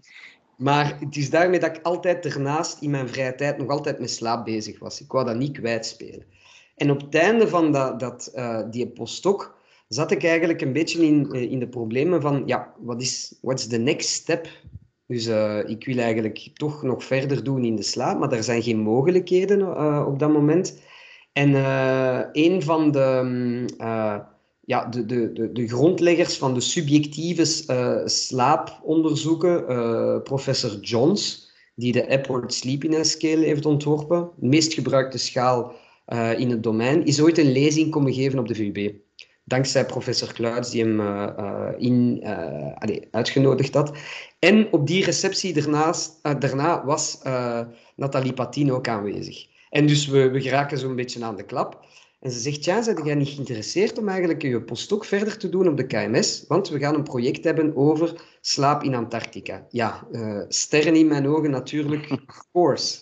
maar het is daarmee dat ik altijd ernaast in mijn vrije tijd nog altijd met slaap bezig was. Ik wou dat niet kwijtspelen. En op het einde van dat, dat, uh, die postdoc zat ik eigenlijk een beetje in, uh, in de problemen van, ja, wat is what's the next step? Dus uh, ik wil eigenlijk toch nog verder doen in de slaap, maar er zijn geen mogelijkheden uh, op dat moment. En uh, een van de, uh, ja, de, de, de, de grondleggers van de subjectieve uh, slaaponderzoeken, uh, professor Johns, die de Epworth Sleepiness Scale heeft ontworpen, de meest gebruikte schaal uh, in het domein, is ooit een lezing komen geven op de V U B. Dankzij professor Kluits, die hem uh, uh, in, uh, allez, uitgenodigd had. En op die receptie daarnaast, uh, daarna was uh, Nathalie Patin ook aanwezig. En dus we, we geraken zo'n beetje aan de klap. En ze zegt, ja, zijn jij niet geïnteresseerd om eigenlijk je postdoc verder te doen op de K M S? Want we gaan een project hebben over slaap in Antarctica. Ja, uh, sterren in mijn ogen natuurlijk, of course.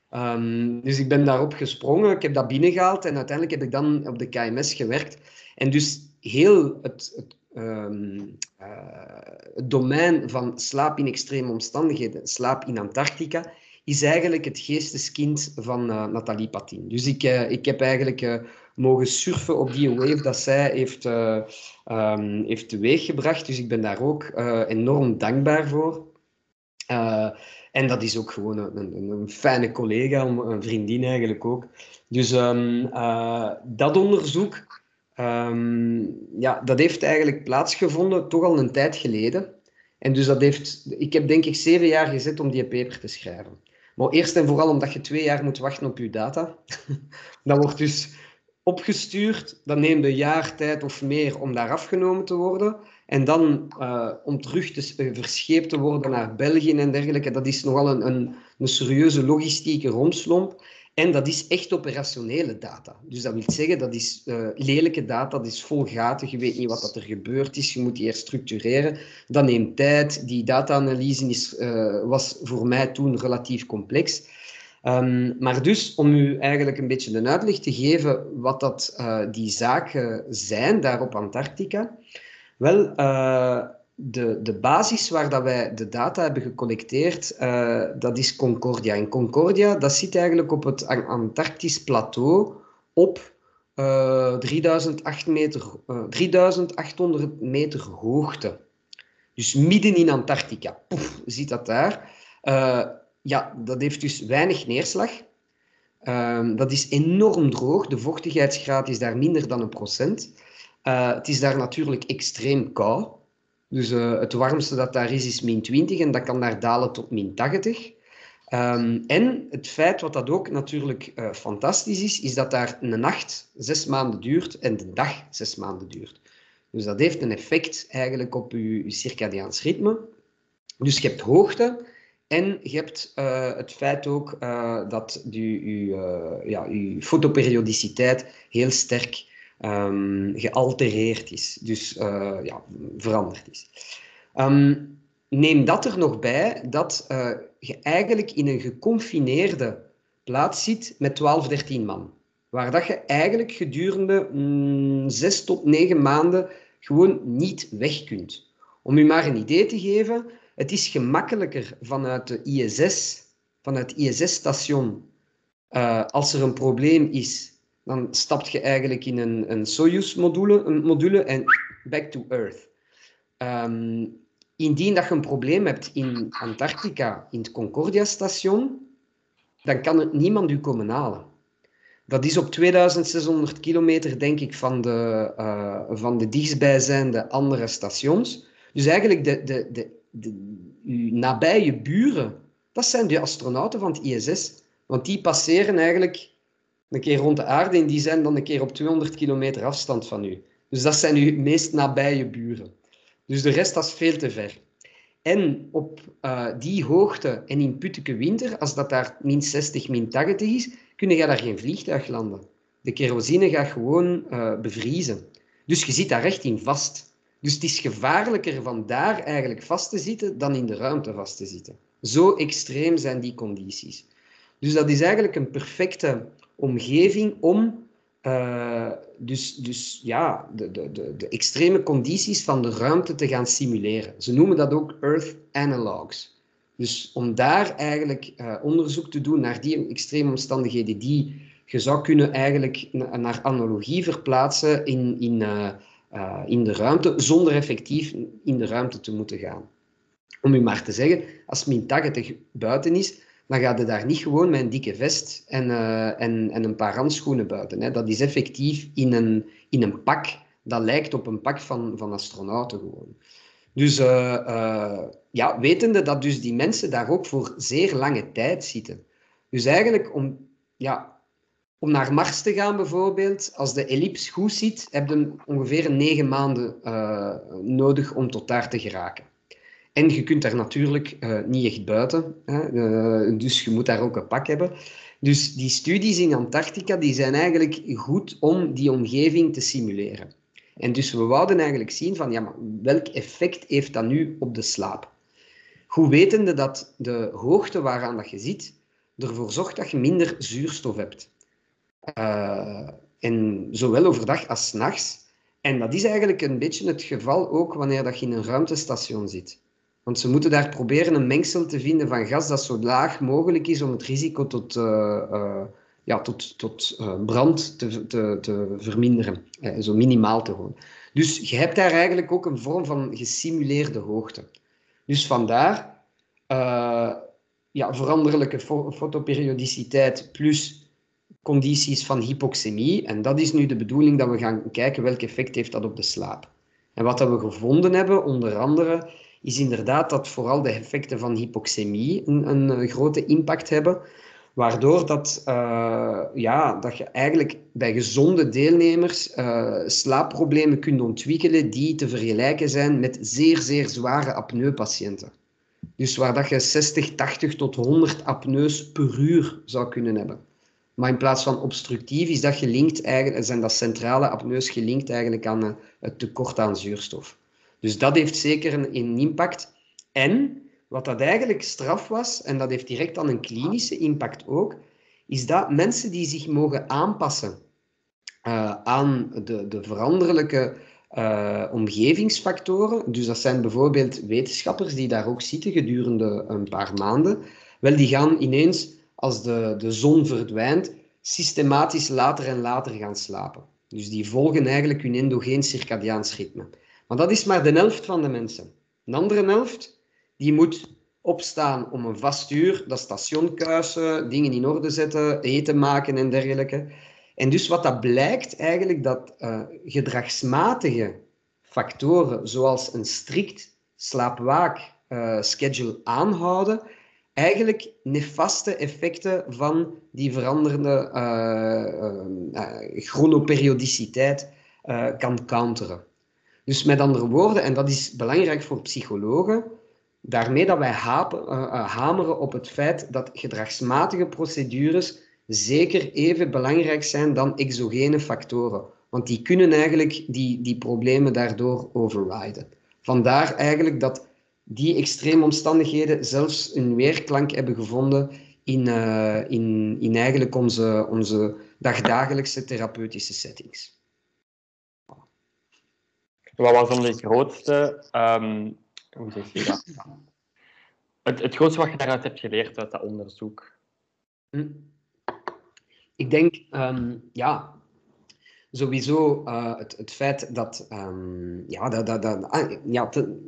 Um, dus ik ben daarop gesprongen, ik heb dat binnengehaald en uiteindelijk heb ik dan op de K M S gewerkt. En dus heel het, het, um, uh, het domein van slaap in extreme omstandigheden, slaap in Antarctica, is eigenlijk het geesteskind van uh, Nathalie Patin. Dus ik, uh, ik heb eigenlijk uh, mogen surfen op die wave dat zij heeft, uh, um, heeft teweeggebracht. Dus ik ben daar ook uh, enorm dankbaar voor. Uh, en dat is ook gewoon een, een, een fijne collega, een vriendin eigenlijk ook. Dus um, uh, dat onderzoek, um, ja, dat heeft eigenlijk plaatsgevonden, toch al een tijd geleden. En dus dat heeft, ik heb denk ik zeven jaar gezet om die paper te schrijven. Maar eerst en vooral omdat je twee jaar moet wachten op je data. Dat wordt dus opgestuurd, dat neemt een jaar tijd of meer om daar afgenomen te worden. En dan uh, om terug te uh, verscheept te worden naar België en dergelijke, dat is nogal een, een, een serieuze logistieke romslomp. En dat is echt operationele data. Dus dat wil zeggen, dat is uh, lelijke data, dat is vol gaten, je weet niet wat er gebeurd is, je moet die herstructureren. Dat neemt tijd, die data-analyse is, uh, was voor mij toen relatief complex. Um, maar dus, om u eigenlijk een beetje een uitleg te geven wat dat, uh, die zaken zijn daar op Antarctica. Wel, uh, de, de basis waar dat wij de data hebben gecollecteerd, uh, dat is Concordia. En Concordia, dat zit eigenlijk op het Antarctisch plateau op uh, drieduizend achthonderd meter hoogte. Dus midden in Antarctica. Poef, zit dat daar. Uh, ja, dat heeft dus weinig neerslag. Uh, dat is enorm droog. De vochtigheidsgraad is daar minder dan een procent. Uh, het is daar natuurlijk extreem koud. Dus uh, het warmste dat daar is, is min twintig en dat kan daar dalen tot min tachtig. Um, en het feit wat dat ook natuurlijk uh, fantastisch is, is dat daar een nacht zes maanden duurt en de dag zes maanden duurt. Dus dat heeft een effect eigenlijk op je, je circadiaans ritme. Dus je hebt hoogte en je hebt uh, het feit ook uh, dat je, je, uh, ja, je fotoperiodiciteit heel sterk um, gealtereerd is. Dus uh, ja, veranderd is. Um, neem dat er nog bij dat uh, je eigenlijk in een geconfineerde plaats zit met twaalf, dertien man. Waar dat je eigenlijk gedurende mm, zes tot negen maanden gewoon niet weg kunt. Om u maar een idee te geven, het is gemakkelijker vanuit de I S S, vanuit het I S S-station, uh, als er een probleem is, dan stap je eigenlijk in een, een Soyuz-module een module en back to Earth. Um, indien dat je een probleem hebt in Antarctica, in het Concordia-station, dan kan er niemand u komen halen. Dat is op tweeduizend zeshonderd kilometer, denk ik, van de, uh, van de dichtstbijzijnde andere stations. Dus eigenlijk de, de, de, de, uw nabije buren, dat zijn de astronauten van het I S S. Want die passeren eigenlijk een keer rond de aarde en die zijn dan een keer op tweehonderd kilometer afstand van u. Dus dat zijn uw meest nabije buren. Dus de rest, dat is veel te ver. En op uh, die hoogte en in putteke winter, als dat daar min zestig, min tachtig is, kun je daar geen vliegtuig landen. De kerosine gaat gewoon uh, bevriezen. Dus je zit daar echt in vast. Dus het is gevaarlijker van daar eigenlijk vast te zitten dan in de ruimte vast te zitten. Zo extreem zijn die condities. Dus dat is eigenlijk een perfecte omgeving om uh, dus, dus, ja, de, de, de, de extreme condities van de ruimte te gaan simuleren. Ze noemen dat ook Earth Analogs. Dus om daar eigenlijk uh, onderzoek te doen naar die extreme omstandigheden die je zou kunnen eigenlijk naar analogie verplaatsen in, in, uh, uh, in de ruimte, zonder effectief in de ruimte te moeten gaan. Om u maar te zeggen, als min tachtig buiten is, dan ga je daar niet gewoon met een dikke vest en, uh, en, en een paar handschoenen buiten. Hè. Dat is effectief in een, in een pak dat lijkt op een pak van, van astronauten gewoon. Dus uh, uh, ja, wetende dat dus die mensen daar ook voor zeer lange tijd zitten. Dus eigenlijk om, ja, om naar Mars te gaan bijvoorbeeld, als de ellips goed zit, heb je ongeveer negen maanden uh, nodig om tot daar te geraken. En je kunt daar natuurlijk uh, niet echt buiten, hè? Uh, dus je moet daar ook een pak hebben. Dus die studies in Antarctica die zijn eigenlijk goed om die omgeving te simuleren. En dus we wouden eigenlijk zien van, ja, maar welk effect heeft dat nu op de slaap? Goed wetende dat de hoogte waaraan dat je zit, ervoor zorgt dat je minder zuurstof hebt. Uh, en zowel overdag als 's nachts. En dat is eigenlijk een beetje het geval ook wanneer dat je in een ruimtestation zit. Want ze moeten daar proberen een mengsel te vinden van gas dat zo laag mogelijk is om het risico tot, uh, uh, ja, tot, tot uh, brand te, te, te verminderen. Uh, zo minimaal te houden. Dus je hebt daar eigenlijk ook een vorm van gesimuleerde hoogte. Dus vandaar uh, ja, veranderlijke fo fotoperiodiciteit plus condities van hypoxemie. En dat is nu de bedoeling dat we gaan kijken welk effect heeft dat op de slaap. En wat dat we gevonden hebben, onder andere, is inderdaad dat vooral de effecten van hypoxemie een, een grote impact hebben, waardoor dat, uh, ja, dat je eigenlijk bij gezonde deelnemers uh, slaapproblemen kunt ontwikkelen die te vergelijken zijn met zeer, zeer zware apneupatiënten. Dus waar dat je zestig, tachtig tot honderd apneus per uur zou kunnen hebben. Maar in plaats van obstructief is dat gelinkt eigenlijk, zijn dat centrale apneus gelinkt eigenlijk aan uh, het tekort aan zuurstof. Dus dat heeft zeker een, een impact. En wat dat eigenlijk straf was, en dat heeft direct dan een klinische impact ook, is dat mensen die zich mogen aanpassen uh, aan de, de veranderlijke uh, omgevingsfactoren, dus dat zijn bijvoorbeeld wetenschappers die daar ook zitten gedurende een paar maanden, wel, die gaan ineens, als de, de zon verdwijnt, systematisch later en later gaan slapen. Dus die volgen eigenlijk hun endogeen circadiaans ritme. Maar dat is maar de helft van de mensen. Een andere helft, die moet opstaan om een vast uur, dat station kuisen, dingen in orde zetten, eten maken en dergelijke. En dus wat dat blijkt eigenlijk, dat uh, gedragsmatige factoren zoals een strikt slaap-waak-schedule aanhouden eigenlijk nefaste effecten van die veranderende uh, uh, uh, chronoperiodiciteit uh, kan counteren. Dus met andere woorden, en dat is belangrijk voor psychologen, daarmee dat wij hapen, uh, uh, hameren op het feit dat gedragsmatige procedures zeker even belangrijk zijn dan exogene factoren. Want die kunnen eigenlijk die, die problemen daardoor overriden. Vandaar eigenlijk dat die extreme omstandigheden zelfs een weerklank hebben gevonden in, uh, in, in eigenlijk onze, onze dagdagelijkse therapeutische settings. Wat was dan de grootste... Um, hoe zeg je dat? Het, het grootste wat je daaruit hebt geleerd uit dat onderzoek? Hm. Ik denk, um, ja... Sowieso uh, het, het feit dat... Um, ja, dat, dat, dat, ah, ja te,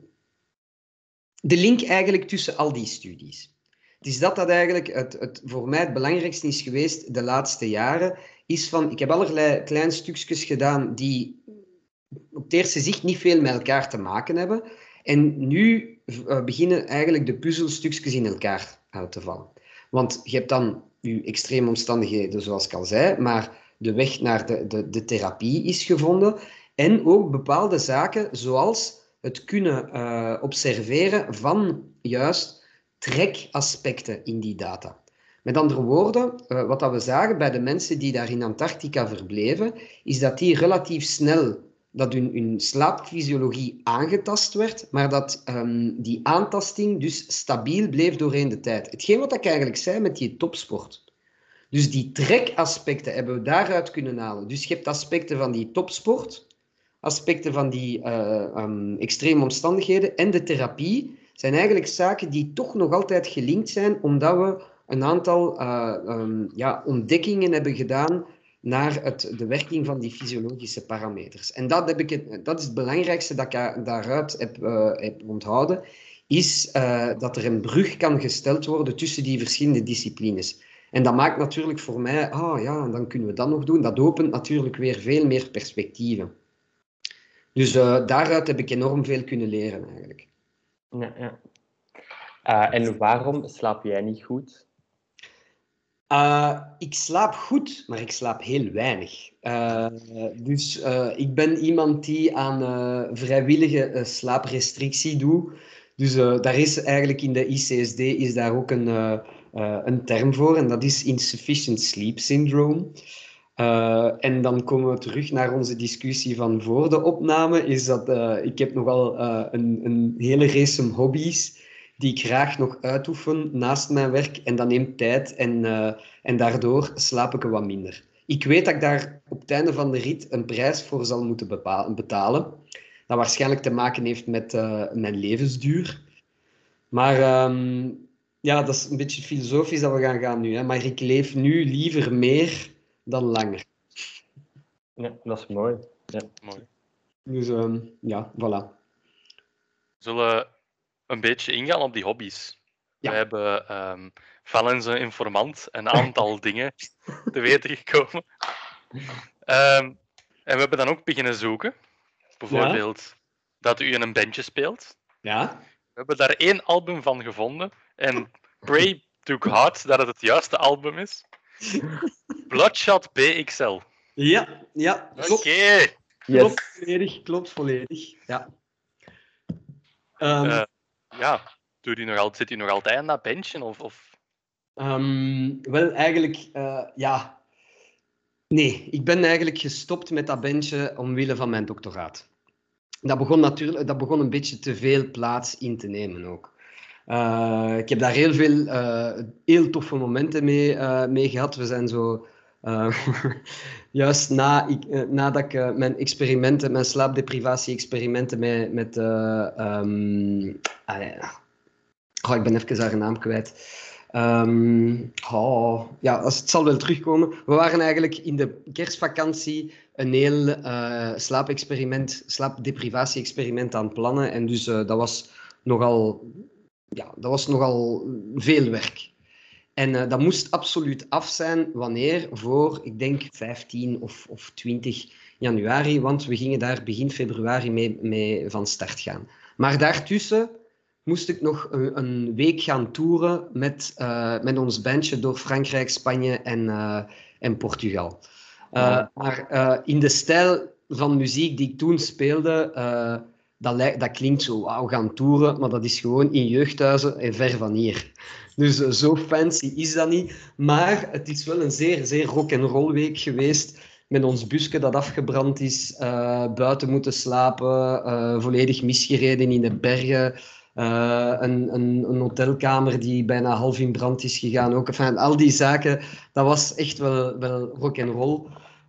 de link eigenlijk tussen al die studies. Het is dat dat eigenlijk het, het, voor mij het belangrijkste is geweest de laatste jaren. Is van, ik heb allerlei kleine stukjes gedaan die op het eerste zicht niet veel met elkaar te maken hebben. En nu uh, beginnen eigenlijk de puzzelstukjes in elkaar uit te vallen. Want je hebt dan je extreme omstandigheden, zoals ik al zei, maar de weg naar de, de, de therapie is gevonden. En ook bepaalde zaken, zoals het kunnen uh, observeren van juist trekaspecten in die data. Met andere woorden, uh, wat dat we zagen bij de mensen die daar in Antarctica verbleven, is dat die relatief snel, dat hun, hun slaapfysiologie aangetast werd, maar dat um, die aantasting dus stabiel bleef doorheen de tijd. Hetgeen wat ik eigenlijk zei met die topsport. Dus die trekaspecten hebben we daaruit kunnen halen. Dus je hebt aspecten van die topsport, aspecten van die uh, um, extreme omstandigheden en de therapie zijn eigenlijk zaken die toch nog altijd gelinkt zijn, omdat we een aantal uh, um, ja, ontdekkingen hebben gedaan naar het, de werking van die fysiologische parameters. En dat, heb ik, dat is het belangrijkste dat ik daaruit heb, uh, heb onthouden, is uh, dat er een brug kan gesteld worden tussen die verschillende disciplines. En dat maakt natuurlijk voor mij, ah ja, dan kunnen we dat nog doen. Dat opent natuurlijk weer veel meer perspectieven. Dus uh, daaruit heb ik enorm veel kunnen leren, eigenlijk. Ja, ja. Uh, en waarom slaap jij niet goed? Uh, ik slaap goed, maar ik slaap heel weinig. Uh, dus uh, ik ben iemand die aan uh, vrijwillige uh, slaaprestrictie doet. Dus uh, daar is eigenlijk in de I C S D is daar ook een, uh, uh, een term voor, en dat is insufficient sleep syndrome. Uh, en dan komen we terug naar onze discussie van voor de opname, is dat uh, ik heb nogal uh, een, een hele race hobby's die ik graag nog uitoefen naast mijn werk, en dat neemt tijd en, uh, en daardoor slaap ik er wat minder. Ik weet dat ik daar op het einde van de rit een prijs voor zal moeten bepa- betalen, dat waarschijnlijk te maken heeft met uh, mijn levensduur. Maar um, ja, dat is een beetje filosofisch dat we gaan gaan nu, hè. Maar ik leef nu liever meer dan langer. Ja, dat is mooi. Ja. Mooi. Dus um, ja, voilà. Zullen een beetje ingaan op die hobby's. Ja. We hebben um, van onze informant een aantal dingen te weten gekomen. Um, en we hebben dan ook beginnen zoeken. Bijvoorbeeld ja. dat u in een bandje speelt. Ja. We hebben daar één album van gevonden. En pray to God dat het het juiste album is. Bloodshot B X L. Ja, ja. Oké. Okay. Yes. Klopt volledig, klopt volledig. Ja. Um, uh, ja, doe die nog al, zit u nog altijd aan dat bandje? Of, of... Um, wel, eigenlijk, uh, ja... Nee, ik ben eigenlijk gestopt met dat bandje omwille van mijn doctoraat. Dat begon, natuurlijk, dat begon een beetje te veel plaats in te nemen ook. Uh, ik heb daar heel veel uh, heel toffe momenten mee, uh, mee gehad. We zijn zo... Uh, juist na, ik, uh, nadat ik uh, mijn experimenten, mijn slaapdeprivatie-experimenten met... met uh, um, ah, ja. oh, ik ben even haar naam kwijt. Um, oh, ja, het zal wel terugkomen. We waren eigenlijk in de kerstvakantie een heel uh, slaapexperiment, slaapdeprivatie-experiment aan het plannen. En dus uh, dat was nogal, ja, dat was nogal veel werk. En uh, dat moest absoluut af zijn wanneer? Voor, ik denk, vijftien of, of twintig januari, want we gingen daar begin februari mee, mee van start gaan. Maar daartussen moest ik nog een, een week gaan toeren met, uh, met ons bandje door Frankrijk, Spanje en, uh, en Portugal. Uh, ja. Maar uh, in de stijl van muziek die ik toen speelde, uh, dat, dat klinkt zo, wauw, gaan toeren, maar dat is gewoon in jeugdhuizen en ver van hier. Dus uh, zo fancy is dat niet. Maar het is wel een zeer, zeer rock'n'roll week geweest. Met ons busje dat afgebrand is, uh, buiten moeten slapen, uh, volledig misgereden in de bergen. Uh, een, een, een hotelkamer die bijna half in brand is gegaan. Ook. Enfin, al die zaken, dat was echt wel, wel rock'n'roll.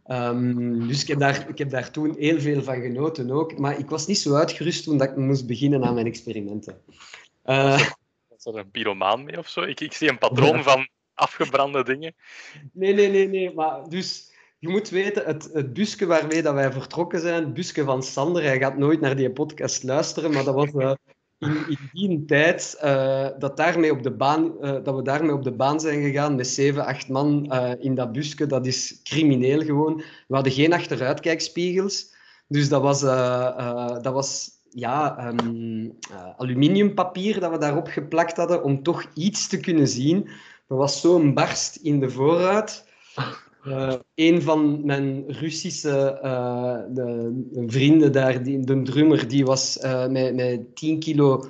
Um, dus ik heb, daar, ik heb daar toen heel veel van genoten ook. Maar ik was niet zo uitgerust toen dat ik moest beginnen aan mijn experimenten. Uh, Was er een pyromaan mee of zo? Ik, ik zie een patroon ja. van afgebrande dingen. Nee, nee, nee. nee. Maar dus... Je moet weten, het, het busje waarmee dat wij vertrokken zijn, het busje van Sander, hij gaat nooit naar die podcast luisteren, maar dat was uh, in, in die tijd uh, dat, daarmee op de baan, uh, dat we daarmee op de baan zijn gegaan met zeven, acht man uh, in dat busje. Dat is crimineel gewoon. We hadden geen achteruitkijkspiegels, dus dat was, uh, uh, dat was ja, um, uh, aluminiumpapier dat we daarop geplakt hadden om toch iets te kunnen zien. Er was zo'n barst in de voorruit. Uh, een van mijn Russische uh, de, de vrienden daar, die, de drummer, die was uh, met, met tien kilo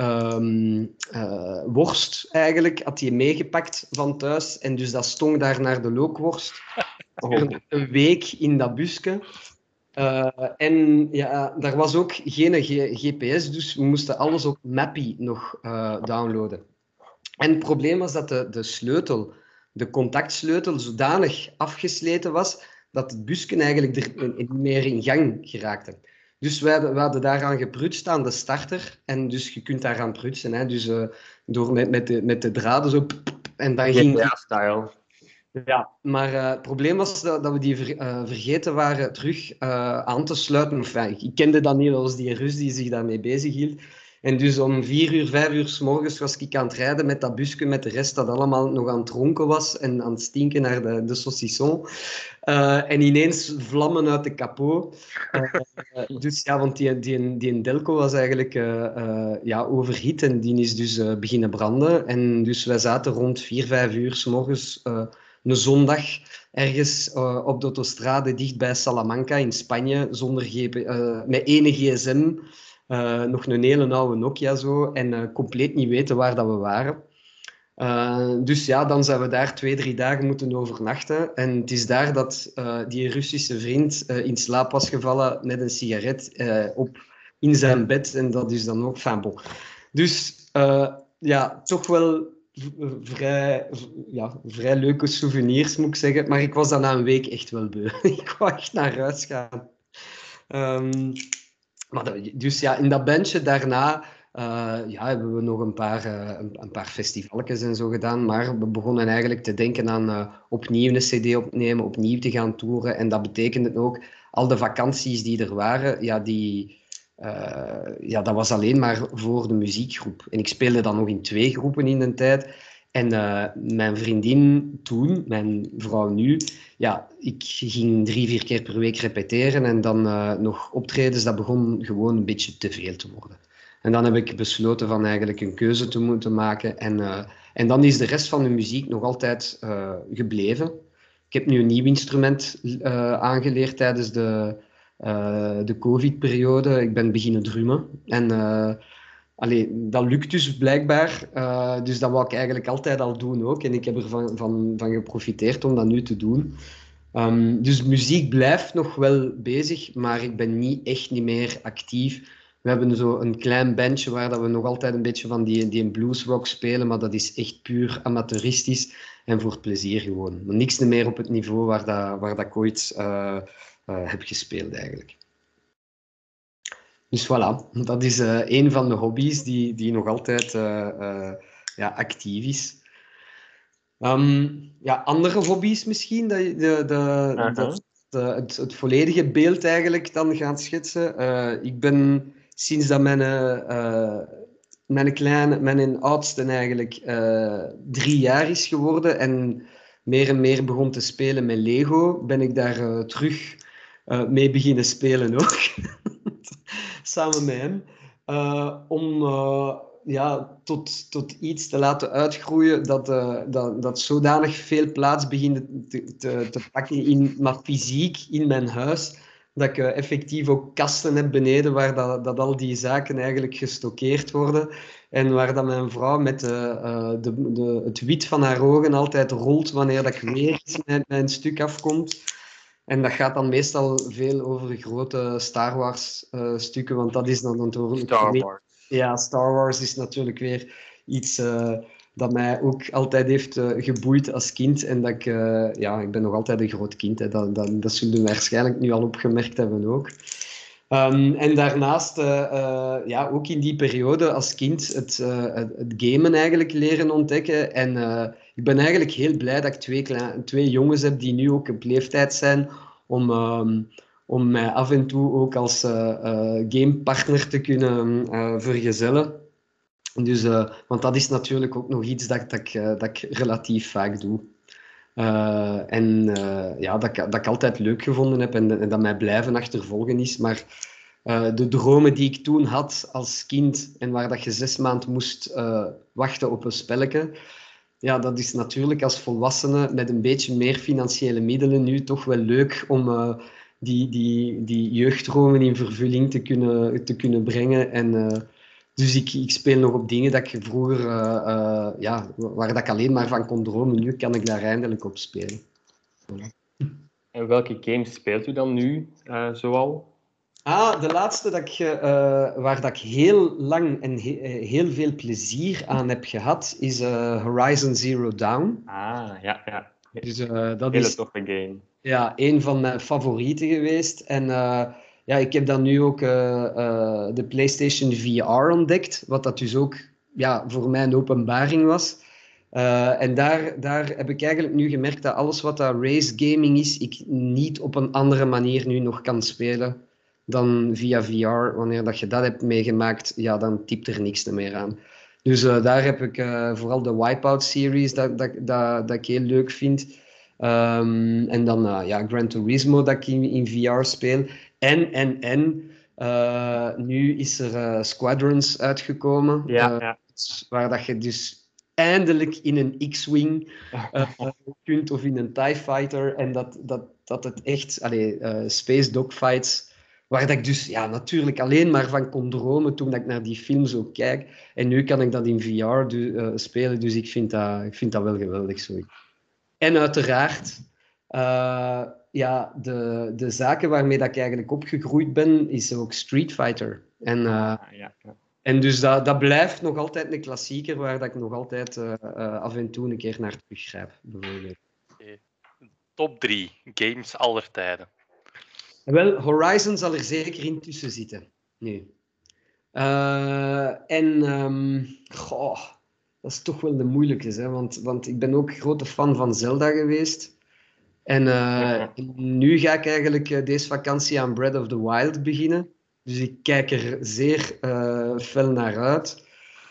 um, uh, worst eigenlijk, had hij meegepakt van thuis. En dus dat stong daar naar de lookworst. Oh. Een week in dat busje. Uh, en ja, daar was ook geen G P S, dus we moesten alles op Mappy nog uh, downloaden. En het probleem was dat de, de sleutel... de contactsleutel zodanig afgesleten was dat het busje eigenlijk er niet meer in gang geraakte. Dus wij, wij hadden daaraan geprutst aan de starter. En dus je kunt daaraan prutsen. Hè. Dus uh, door met, met, de, met de draden zo... En dan ging... Ja, style. Ja, maar uh, het probleem was dat, dat we die ver, uh, vergeten waren terug uh, aan te sluiten. Enfin, ik kende dat niet als die Rus die zich daarmee bezighield. En dus om vier uur, vijf uur 's morgens was ik aan het rijden met dat busje met de rest dat allemaal nog aan het ronken was en aan het stinken naar de, de saucisson. Uh, en ineens vlammen uit de kapot. Uh, dus ja, want die, die, die Delco was eigenlijk uh, uh, ja, overhit en die is dus uh, beginnen branden. En dus wij zaten rond vier, vijf uur 's morgens uh, een zondag ergens uh, op de autostrade dicht bij Salamanca in Spanje, zonder G P, uh, met één gsm. Uh, nog een hele oude Nokia zo, en uh, compleet niet weten waar dat we waren. Uh, dus ja, dan zijn we daar twee, drie dagen moeten overnachten. En het is daar dat uh, die Russische vriend uh, in slaap was gevallen met een sigaret uh, op, in zijn bed. En dat is dan ook van bon. Dus uh, ja, toch wel v- vrij, v- ja, vrij leuke souvenirs, moet ik zeggen. Maar ik was dan na een week echt wel beu. Ik wou echt naar huis gaan. Um, Maar dat, dus ja, in dat bandje daarna uh, ja, hebben we nog een paar, uh, een, een paar festivalletjes en zo gedaan. Maar we begonnen eigenlijk te denken aan uh, opnieuw een cd opnemen, opnieuw te gaan toeren. En dat betekende ook, al de vakanties die er waren, ja, die, uh, ja, dat was alleen maar voor de muziekgroep. En ik speelde dan nog in twee groepen in de tijd. En uh, mijn vriendin toen, mijn vrouw nu, ja, ik ging drie, vier keer per week repeteren en dan uh, nog optredens. Dat begon gewoon een beetje te veel te worden. En dan heb ik besloten van eigenlijk een keuze te moeten maken. En, uh, en dan is de rest van de muziek nog altijd uh, gebleven. Ik heb nu een nieuw instrument uh, aangeleerd tijdens de, uh, de COVID-periode. Ik ben beginnen drummen. En... Uh, Allee, dat lukt dus blijkbaar. Uh, dus dat wou ik eigenlijk altijd al doen ook. En ik heb ervan van, van geprofiteerd om dat nu te doen. Um, dus muziek blijft nog wel bezig, maar ik ben niet, echt niet meer actief. We hebben zo een klein bandje waar dat we nog altijd een beetje van die, die bluesrock spelen, maar dat is echt puur amateuristisch en voor het plezier gewoon. Maar niks meer op het niveau waar, dat, waar dat ik ooit uh, uh, heb gespeeld eigenlijk. Dus voilà, dat is uh, een van de hobby's die, die nog altijd uh, uh, ja, actief is. Um, ja, andere hobby's misschien, dat, de, de, uh-huh. dat de, het, het volledige beeld eigenlijk dan gaan schetsen. Uh, ik ben sinds dat mijn uh, mijn kleine, mijn oudste eigenlijk uh, drie jaar is geworden en meer en meer begon te spelen met Lego, ben ik daar uh, terug uh, mee beginnen spelen ook. Samen met hem. Uh, om uh, ja, tot, tot iets te laten uitgroeien dat, uh, dat, dat zodanig veel plaats begint te, te, te pakken, in, maar fysiek in mijn huis, dat ik uh, effectief ook kasten heb beneden waar dat, dat al die zaken eigenlijk gestockeerd worden. En waar dat mijn vrouw met de, uh, de, de, het wit van haar ogen altijd rolt wanneer dat ik weer met mijn stuk afkomt. En dat gaat dan meestal veel over grote Star Wars uh, stukken, want dat is dan natuurlijk... Star Wars. Ja, Star Wars is natuurlijk weer iets uh, dat mij ook altijd heeft uh, geboeid als kind. En dat ik... Uh, ja, ik ben nog altijd een groot kind. Hè. Dat, dat, dat zullen we waarschijnlijk nu al opgemerkt hebben ook. Um, en daarnaast, uh, uh, ja, ook in die periode als kind, het, uh, het, het gamen eigenlijk leren ontdekken. En uh, ik ben eigenlijk heel blij dat ik twee, klein, twee jongens heb die nu ook op leeftijd zijn om, um, om mij af en toe ook als uh, uh, gamepartner te kunnen uh, vergezellen. Dus, uh, want dat is natuurlijk ook nog iets dat, dat, ik, uh, dat ik relatief vaak doe. Uh, en uh, ja, dat, dat ik altijd leuk gevonden heb en, en dat mij blijven achtervolgen is. Maar uh, de dromen die ik toen had als kind en waar dat je zes maanden moest uh, wachten op een spelletje, ja, dat is natuurlijk als volwassene met een beetje meer financiële middelen nu toch wel leuk om uh, die, die, die jeugddromen in vervulling te kunnen, te kunnen brengen. En, uh, dus ik, ik speel nog op dingen dat ik vroeger, uh, uh, ja, waar dat ik alleen maar van kon dromen. Nu kan ik daar eindelijk op spelen. En welke games speelt u dan nu uh, zoal? Ah, de laatste dat ik, uh, waar dat ik heel lang en he heel veel plezier aan heb gehad, is uh, Horizon Zero Dawn. Ah, ja, ja. Dus, uh, dat hele is toffe game. Ja, een van mijn favorieten geweest. En uh, ja, ik heb dan nu ook uh, uh, de PlayStation V R ontdekt, wat dat dus ook ja, voor mij een openbaring was. Uh, en daar, daar heb ik eigenlijk nu gemerkt dat alles wat dat race gaming is, ik niet op een andere manier nu nog kan spelen dan via V R. Wanneer dat je dat hebt meegemaakt, ja, dan typt er niks meer aan. Dus uh, daar heb ik uh, vooral de Wipeout series dat, dat, dat, dat ik heel leuk vind. Um, en dan uh, ja, Gran Turismo dat ik in, in V R speel. En, en, en uh, nu is er uh, Squadrons uitgekomen. Ja, uh, ja. Waar dat je dus eindelijk in een X-Wing uh, kunt of in een TIE Fighter. En dat, dat, dat het echt... Allee, uh, space dogfights... Waar dat ik dus ja, natuurlijk alleen maar van kon dromen toen dat ik naar die films ook kijk. En nu kan ik dat in V R du- uh, spelen. Dus ik vind dat, ik vind dat wel geweldig. Sorry. En uiteraard, uh, ja, de, de zaken waarmee dat ik eigenlijk opgegroeid ben, is ook Street Fighter. En, uh, Ah, ja, ja. en dus dat, dat blijft nog altijd een klassieker waar dat ik nog altijd uh, uh, af en toe een keer naar teruggrijp, bijvoorbeeld. Okay. Top drie games aller tijden. Wel, Horizon zal er zeker in tussen zitten. Nu. Uh, en, um, goh, dat is toch wel de moeilijke, hè? Want, want ik ben ook grote fan van Zelda geweest. En uh, nu ga ik eigenlijk uh, deze vakantie aan Breath of the Wild beginnen. Dus ik kijk er zeer uh, fel naar uit.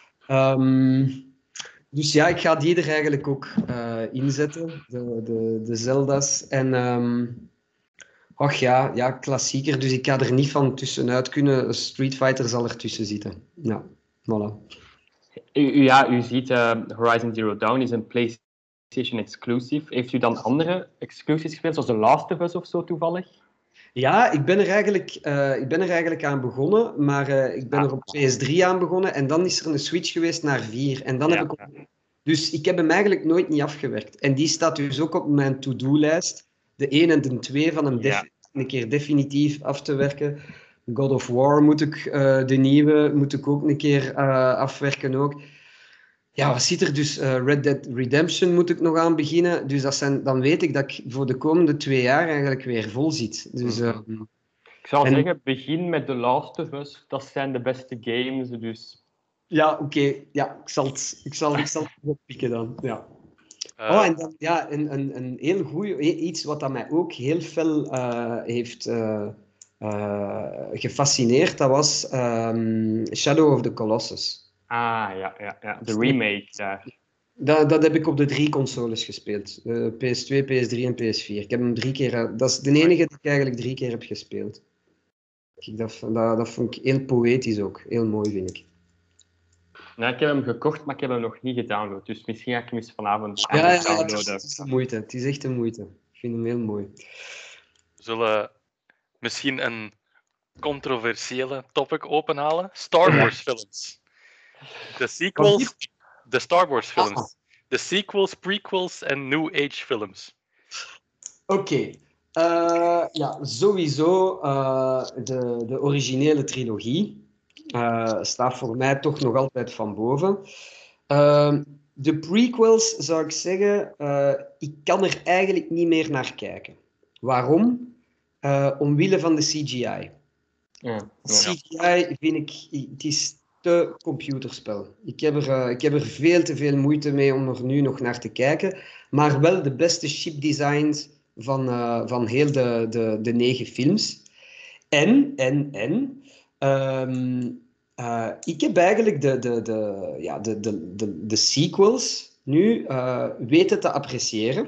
Um, dus ja, ik ga die er eigenlijk ook uh, inzetten, de, de, de Zelda's. En um, och ja, ja, klassieker. Dus ik ga er niet van tussenuit kunnen. Street Fighter zal er tussen zitten. Ja, voilà. U, u, ja, u ziet uh, Horizon Zero Dawn is een PlayStation exclusive. Heeft u dan andere exclusives gespeeld, zoals The Last of Us of zo toevallig? Ja, ik ben er eigenlijk, uh, ik ben er eigenlijk aan begonnen, maar uh, ik ben ah. er op P S drie aan begonnen en dan is er een switch geweest naar vier. En dan ja, heb ik ook... ja. Dus ik heb hem eigenlijk nooit niet afgewerkt. En die staat dus ook op mijn to-do-lijst. De één en de twee van hem ja. def- een keer definitief af te werken. God of War moet ik, uh, de nieuwe, moet ik ook een keer uh, afwerken ook. Ja, wat zit er dus? Uh, Red Dead Redemption moet ik nog aan beginnen. Dus dat zijn, dan weet ik dat ik voor de komende twee jaar eigenlijk weer vol zit. Dus, uh, ik zou en... zeggen, begin met The Last of Us. Dat zijn de beste games, dus... Ja, oké. Okay. Ja, ik zal het, ik zal, ik zal het oppikken dan. Ja. Uh, oh, en dan, ja, een, een, een heel goeie... Iets wat dat mij ook heel fel uh, heeft uh, uh, gefascineerd, dat was um, Shadow of the Colossus. Ah, ja, ja, ja. De remake daar. Dat, dat heb ik op de drie consoles gespeeld. Uh, P S twee, P S drie en P S vier. Ik heb hem drie keer... Dat is de enige die ik eigenlijk drie keer heb gespeeld. Ik, dat, dat, dat vond ik heel poëtisch ook. Heel mooi, vind ik. Nou, ik heb hem gekocht, maar ik heb hem nog niet gedownload. Dus misschien ga ik hem eens vanavond Ja, ja, ja, downloaden. het, is, het is de moeite. Het is echt de moeite. Ik vind hem heel mooi. We zullen misschien een controversiële topic openhalen. Star Wars films. De sequels, de Star Wars films. De sequels, prequels en New Age films. Oké. Okay. Uh, ja, sowieso uh, de, de originele trilogie uh, staat voor mij toch nog altijd van boven. Uh, de prequels, zou ik zeggen, uh, ik kan er eigenlijk niet meer naar kijken. Waarom? Uh, omwille van de C G I. Ja, ja. C G I vind ik, het is te computerspel. Ik heb, er, uh, ik heb er veel te veel moeite mee om er nu nog naar te kijken. Maar wel de beste chipdesigns van, uh, van heel de, de, de negen films. En, en, en... Um, uh, ik heb eigenlijk de, de, de, ja, de, de, de, de sequels nu uh, weten te appreciëren.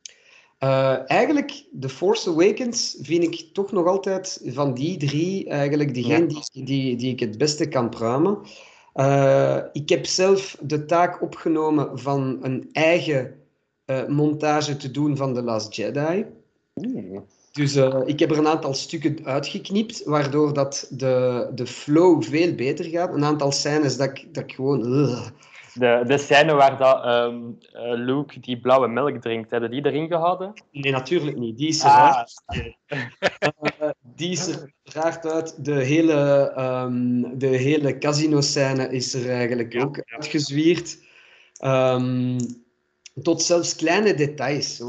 Uh, eigenlijk, The Force Awakens vind ik toch nog altijd van die drie eigenlijk degene ja. die, die, die ik het beste kan pruimen. Uh, ik heb zelf de taak opgenomen van een eigen uh, montage te doen van The Last Jedi. Oeh. Dus uh, ik heb er een aantal stukken uitgeknipt, waardoor dat de, de flow veel beter gaat. Een aantal scènes dat ik, dat ik gewoon... Uh. De, de scène waar dat, um, uh, Luke die blauwe melk drinkt, hebben die erin gehouden? Nee, natuurlijk niet. Die is eruit. Ah, uh, die is er uiteraard uit. De hele, um, de hele casino-scène is er eigenlijk ja, ook ja. uitgezwierd. Um, tot zelfs kleine details.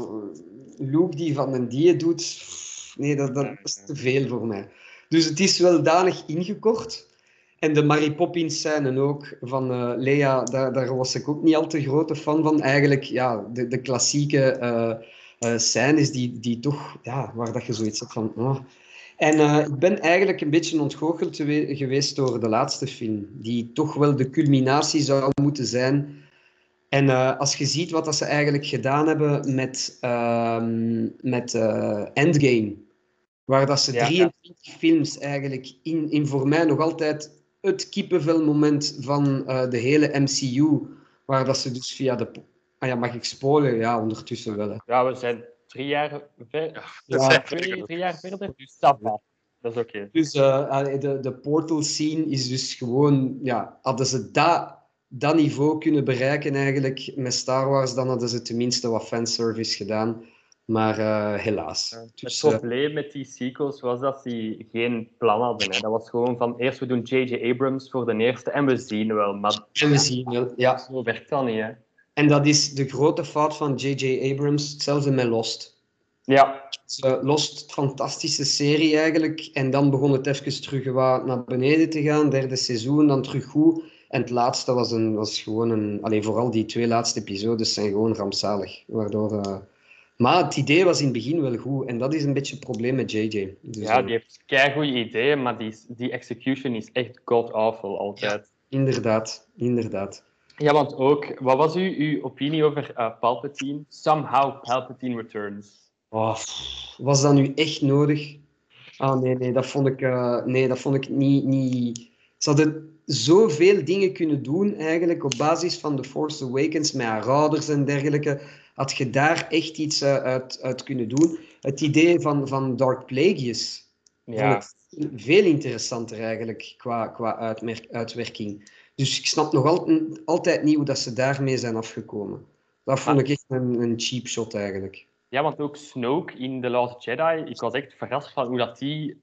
Luke die van een die doet, nee, dat, dat is te veel voor mij. Dus het is wel danig ingekort. En de Mary Poppins scène ook van uh, Leia, daar, daar was ik ook niet al te grote fan van. Eigenlijk, ja, de, de klassieke uh, uh, scènes die, die toch, ja, waar dat je zoiets hebt van... Oh. En uh, ik ben eigenlijk een beetje ontgoocheld geweest door de laatste film, die toch wel de culminatie zou moeten zijn. En uh, als je ziet wat dat ze eigenlijk gedaan hebben met, uh, met uh, Endgame, waar dat ze ja, drieëntwintig ja. films eigenlijk in, in voor mij nog altijd het kippenvelmoment van uh, de hele M C U, waar dat ze dus via de... Ah ja, mag ik spoilen? Ja, ondertussen wel. Hè. Ja, we zijn drie jaar verder. Ja, twee, drie jaar verder, dus dat Dat is oké. Okay. Dus uh, de, de portal scene is dus gewoon... Ja, hadden ze dat... dat niveau kunnen bereiken eigenlijk met Star Wars, dan hadden ze tenminste wat fanservice gedaan. Maar uh, helaas. Ja, dus, het probleem uh, met die sequels was dat ze geen plan hadden. Hè. Dat was gewoon van, eerst we doen J J Abrams voor de eerste en we zien wel. Maar en we zien wel, ja. Zo werkt dat niet, hè. En dat is de grote fout van J J Abrams, hetzelfde met Lost. Ja. Dus, uh, Lost, fantastische serie eigenlijk. En dan begon het even terug wat naar beneden te gaan. Derde seizoen, dan terug goed. En het laatste was, een, was gewoon een... Alleen vooral die twee laatste episodes zijn gewoon rampzalig. Waardoor... Uh... Maar het idee was in het begin wel goed. En dat is een beetje het probleem met J J. Dus, ja, die heeft keigoede ideeën, maar die, die execution is echt god-awful altijd. Ja, inderdaad, inderdaad. Ja, want ook... Wat was uw, uw opinie over uh, Palpatine? Somehow Palpatine returns. Oh, was dat nu echt nodig? Ah, nee, nee, dat vond ik, uh, nee, dat vond ik niet... niet... Ze hadden zoveel dingen kunnen doen, eigenlijk, op basis van The Force Awakens, met haar ouders en dergelijke. Had je daar echt iets uh, uit, uit kunnen doen. Het idee van, van Dark Plagueis ja. vond ik veel interessanter, eigenlijk, qua, qua uitmerk, uitwerking. Dus ik snap nog al, altijd niet hoe dat ze daarmee zijn afgekomen. Dat vond ik echt een, een cheap shot, eigenlijk. Ja, want ook Snoke in The Last Jedi, ik was echt verrast van hoe dat die...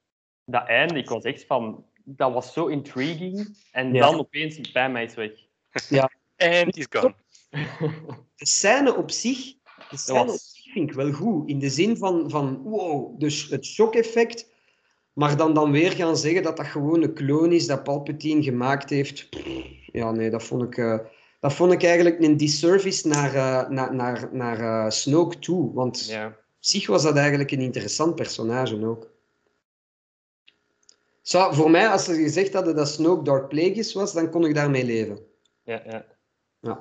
Dat einde, ik was echt van... Dat was zo intriguing. En ja. dan opeens, bij mij is weg. Ja. En he's gone. De scène op zich, de scène was... op zich vind ik wel goed. In de zin van, van wow, dus het shock-effect. Maar dan, dan weer gaan zeggen dat dat gewoon een kloon is dat Palpatine gemaakt heeft. Ja, nee, dat vond ik... Uh, dat vond ik eigenlijk een disservice naar, uh, naar, naar, naar uh, Snoke toe. Want ja. op zich was dat eigenlijk een interessant personage ook. Zou, voor mij, als ze gezegd hadden dat Snoke Darth Plagueis was, dan kon ik daarmee leven. Ja, ja. Ja.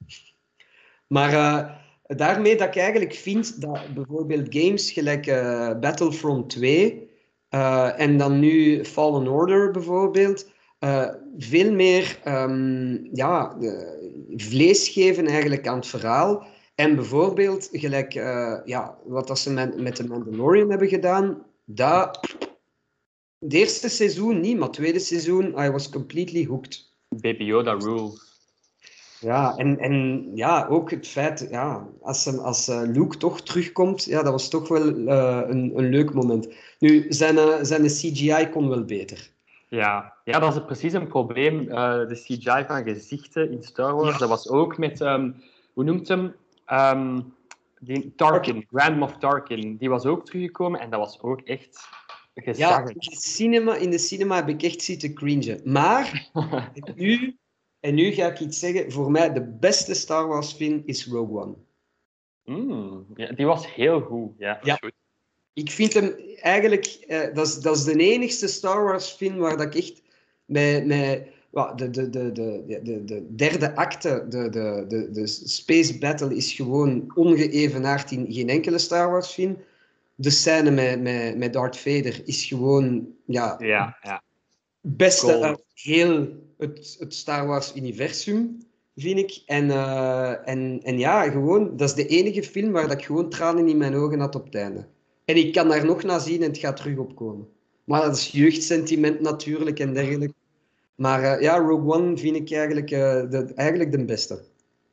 Maar uh, daarmee dat ik eigenlijk vind dat bijvoorbeeld games gelijk uh, Battlefront twee uh, en dan nu Fallen Order bijvoorbeeld, uh, veel meer um, ja, uh, vlees geven eigenlijk aan het verhaal. En bijvoorbeeld, gelijk uh, ja, wat dat ze met, met de Mandalorian hebben gedaan, dat... Het eerste seizoen niet, maar het tweede seizoen, I was completely hooked. Baby Yoda rules. Ja, en, en ja, ook het feit, ja, als, ze, als uh, Luke toch terugkomt, ja, dat was toch wel uh, een, een leuk moment. Nu, zijn, uh, zijn C G I kon wel beter. Ja, ja, dat is precies een probleem. Uh, de C G I van gezichten in Star Wars, ja. Dat was ook met, um, hoe noemt hem? Um, die Tarkin, Grand Moff Tarkin, die was ook teruggekomen en dat was ook echt gezaggerd. Ja, in de cinema, in de cinema heb ik echt zitten cringen. Maar, nu, en nu ga ik iets zeggen, voor mij de beste Star Wars film is Rogue One. Mm, ja, die was heel goed, ja. Ja. Goed. Ik vind hem eigenlijk, eh, dat, is, dat is de enigste Star Wars film waar dat ik echt met, met well, de, de, de, de, de, de derde acte, de, de, de, de Space Battle, is gewoon ongeëvenaard in geen enkele Star Wars film. De scène met, met, met Darth Vader is gewoon ja, ja, ja. het beste cool. uit heel het, het Star Wars-universum, vind ik. En, uh, en, en ja, gewoon, dat is de enige film waar dat ik gewoon tranen in mijn ogen had op het einde. En ik kan daar nog naar zien en het gaat terug opkomen. Maar dat is jeugdsentiment natuurlijk en dergelijke. Maar uh, ja, Rogue One vind ik eigenlijk, uh, de, eigenlijk de beste.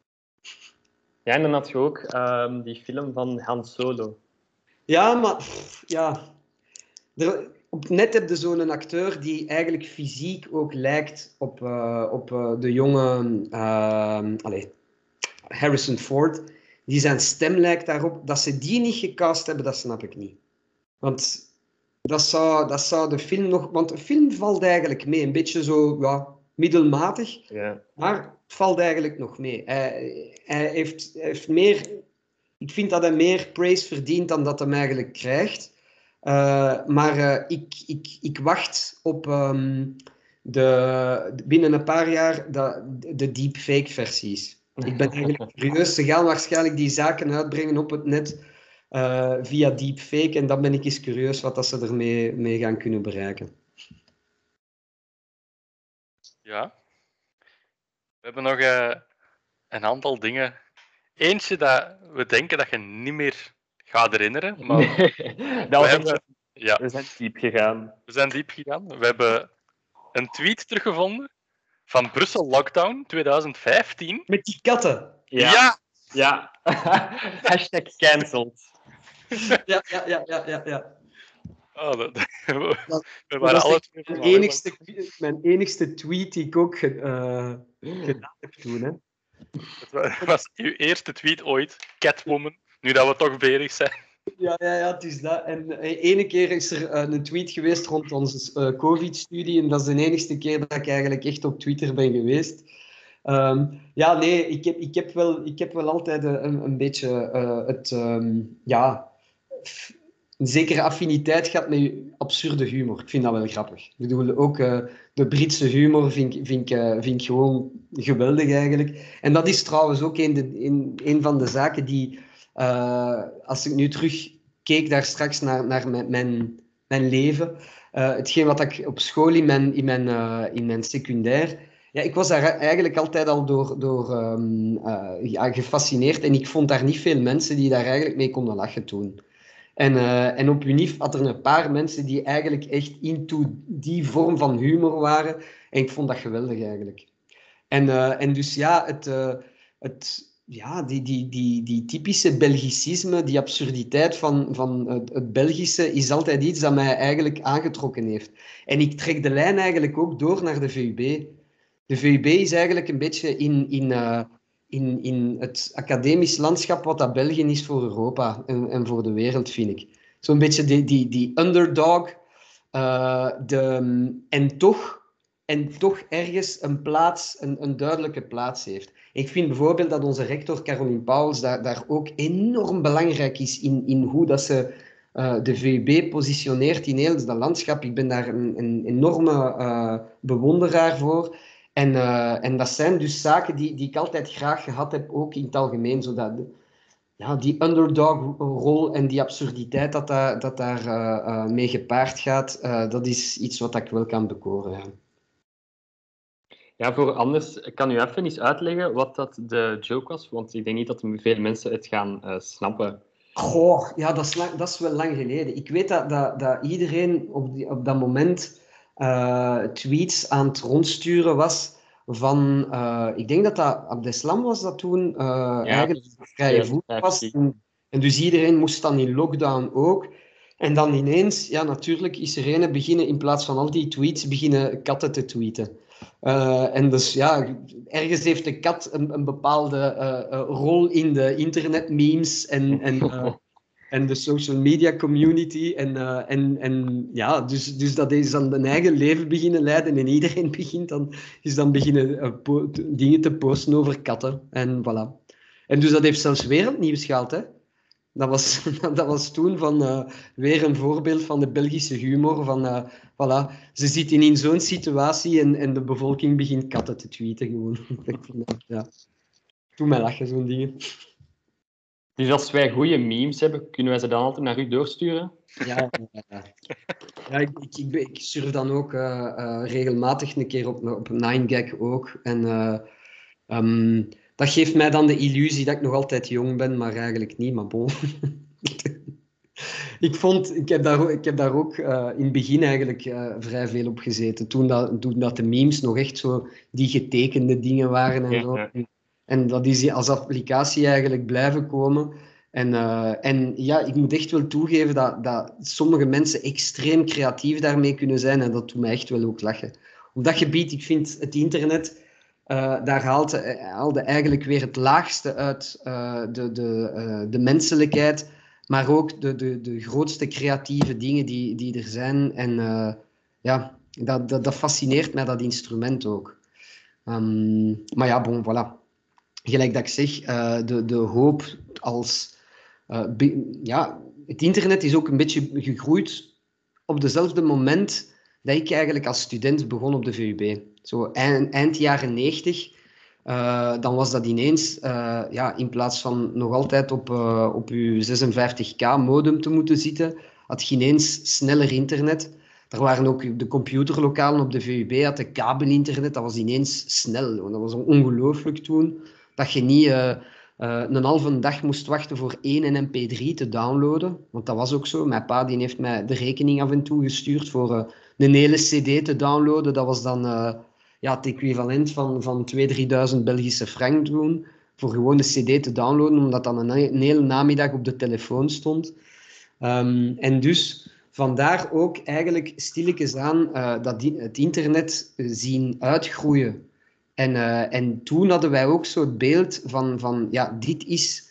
Ja, en dan had je ook um, die film van Han Solo. Ja, maar pff, ja. Er, op net heb je zo'n acteur die eigenlijk fysiek ook lijkt op, uh, op uh, de jonge uh, allez, Harrison Ford. Die zijn stem lijkt daarop. Dat ze die niet gecast hebben, dat snap ik niet. Want dat zou, dat zou de film nog... Want de film valt eigenlijk mee. Een beetje zo ja, middelmatig. Ja. Maar het valt eigenlijk nog mee. Hij, hij, heeft, hij heeft meer... Ik vind dat hij meer praise verdient dan dat hij eigenlijk krijgt. Uh, maar uh, ik, ik, ik wacht op um, de, binnen een paar jaar de, de deepfake versies. Ik ben eigenlijk curieus. Ze gaan waarschijnlijk die zaken uitbrengen op het net uh, via deepfake. En dan ben ik eens curieus wat dat ze ermee mee gaan kunnen bereiken. Ja. We hebben nog uh, een aantal dingen. Eentje dat we denken dat je niet meer gaat herinneren. Maar nee, dat we, hebben, ja. we zijn diep gegaan. We zijn diep gegaan. We hebben een tweet teruggevonden van Brussel Lockdown twintig vijftien. Met die katten. Ja. Ja. ja. Hashtag cancelled. ja, ja, ja, ja, ja. ja. Oh, dat, we, dat, we waren alle twee mijn, enigste, mijn enigste tweet die ik ook ge, uh, gedaan heb toen. Hè. Het was uw eerste tweet ooit, Catwoman, nu dat we toch bezig zijn. Ja, ja, ja, het is dat. En uh, ene keer is er uh, een tweet geweest rond onze uh, COVID-studie en dat is de enigste keer dat ik eigenlijk echt op Twitter ben geweest. Um, ja, nee, ik heb, ik heb, wel, ik heb wel altijd een, een beetje uh, het, um, ja, een zekere affiniteit gehad met absurde humor. Ik vind dat wel grappig. Ik bedoel, ook uh, de Britse humor vind, vind, ik, uh, vind ik gewoon geweldig eigenlijk. En dat is trouwens ook een, de, een, een van de zaken die, uh, als ik nu terugkeek daar straks naar, naar mijn, mijn, mijn leven, uh, hetgeen wat ik op school in mijn, in mijn, uh, in mijn secundair... Ja, ik was daar eigenlijk altijd al door, door um, uh, ja, gefascineerd en ik vond daar niet veel mensen die daar eigenlijk mee konden lachen toen. En, uh, en op Unif had er een paar mensen die eigenlijk echt into die vorm van humor waren. En ik vond dat geweldig eigenlijk. En, uh, en dus ja, het, uh, het, ja die, die, die, die typische Belgicisme, die absurditeit van, van het, het Belgische, is altijd iets dat mij eigenlijk aangetrokken heeft. En ik trek de lijn eigenlijk ook door naar de V U B. De V U B is eigenlijk een beetje in... in uh, In, in het academisch landschap wat dat België is voor Europa en, en voor de wereld, vind ik. Zo'n beetje die, die, die underdog. Uh, de, en, toch, en toch ergens een plaats, een, een duidelijke plaats heeft. Ik vind bijvoorbeeld dat onze rector Caroline Pauwels daar, daar ook enorm belangrijk is in, in hoe dat ze uh, de V U B positioneert in heel dat landschap. Ik ben daar een, een enorme uh, bewonderaar voor. En, uh, en dat zijn dus zaken die, die ik altijd graag gehad heb, ook in het algemeen. Zodat de, ja, die underdog-rol en die absurditeit dat, dat, dat daar uh, uh, mee gepaard gaat, uh, dat is iets wat ik wel kan bekoren. Ja. Ja, voor anders, kan u even eens uitleggen wat dat de joke was? Want ik denk niet dat veel mensen het gaan uh, snappen. Goh, ja, dat is, lang, dat is wel lang geleden. Ik weet dat, dat, dat iedereen op, die, op dat moment uh, tweets aan het rondsturen was van... Uh, ik denk dat dat Abdeslam was dat toen uh, ja, eigenlijk vrije voet was. En, en dus iedereen moest dan in lockdown ook. En dan ineens, ja, natuurlijk is er een beginnen in plaats van al die tweets beginnen katten te tweeten. Uh, en dus ja, ergens heeft de kat een, een bepaalde uh, uh, rol in de internetmemes en, en, uh, en de social media community. En, uh, en, en ja, dus, dus dat is dan een eigen leven beginnen leiden en iedereen begint dan, is dan beginnen uh, po- dingen te posten over katten. En voilà. En dus dat heeft zelfs wereldnieuws gehaald, hè. Dat was, dat was toen van, uh, weer een voorbeeld van de Belgische humor. Van, uh, voilà, ze zitten in zo'n situatie en, en de bevolking begint katten te tweeten. Gewoon. Ja. Doe mij lachen, zo'n dingen. Dus als wij goede memes hebben, kunnen wij ze dan altijd naar u doorsturen? Ja, ja, ja. ja ik, ik, ik surf dan ook uh, uh, regelmatig een keer op, op nine gag ook. En uh, um, dat geeft mij dan de illusie dat ik nog altijd jong ben, maar eigenlijk niet. Maar bon. Ik, vond, ik, heb daar, ik heb daar ook uh, in het begin eigenlijk uh, vrij veel op gezeten. Toen dat, toen dat de memes nog echt zo die getekende dingen waren en Ja, zo. ja. En dat is als applicatie eigenlijk blijven komen. En, uh, en ja, ik moet echt wel toegeven dat, dat sommige mensen extreem creatief daarmee kunnen zijn. En dat doet mij echt wel ook lachen. Op dat gebied, ik vind het internet... Uh, daar haalt, haalde eigenlijk weer het laagste uit uh, de, de, uh, de menselijkheid, maar ook de, de, de grootste creatieve dingen die, die er zijn. En uh, ja, dat, dat, dat fascineert mij, dat instrument ook. Um, maar ja, bon, voilà. Gelijk dat ik zeg, uh, de, de hoop als... Uh, be, ja, het internet is ook een beetje gegroeid op dezelfde moment dat ik eigenlijk als student begon op de V U B. Zo eind, eind jaren negentig, uh, dan was dat ineens, uh, ja, in plaats van nog altijd op, uh, op je zesenvijftig k modem te moeten zitten, had je ineens sneller internet. Er waren ook de computerlokalen op de V U B, had de kabelinternet, dat was ineens snel. Dat was ongelooflijk toen, dat je niet... Uh, Uh, een halve dag moest wachten voor één M P drie te downloaden. Want dat was ook zo. Mijn pa die heeft mij de rekening af en toe gestuurd voor uh, een hele cd te downloaden. Dat was dan uh, ja, het equivalent van, van tweeduizend, drieduizend Belgische frank doen. Voor gewoon een cd te downloaden, omdat dat een, een hele namiddag op de telefoon stond. Um, en dus vandaar ook eigenlijk stilletjes aan uh, dat die, het internet zien uitgroeien. En, uh, en toen hadden wij ook zo het beeld van, van ja, dit is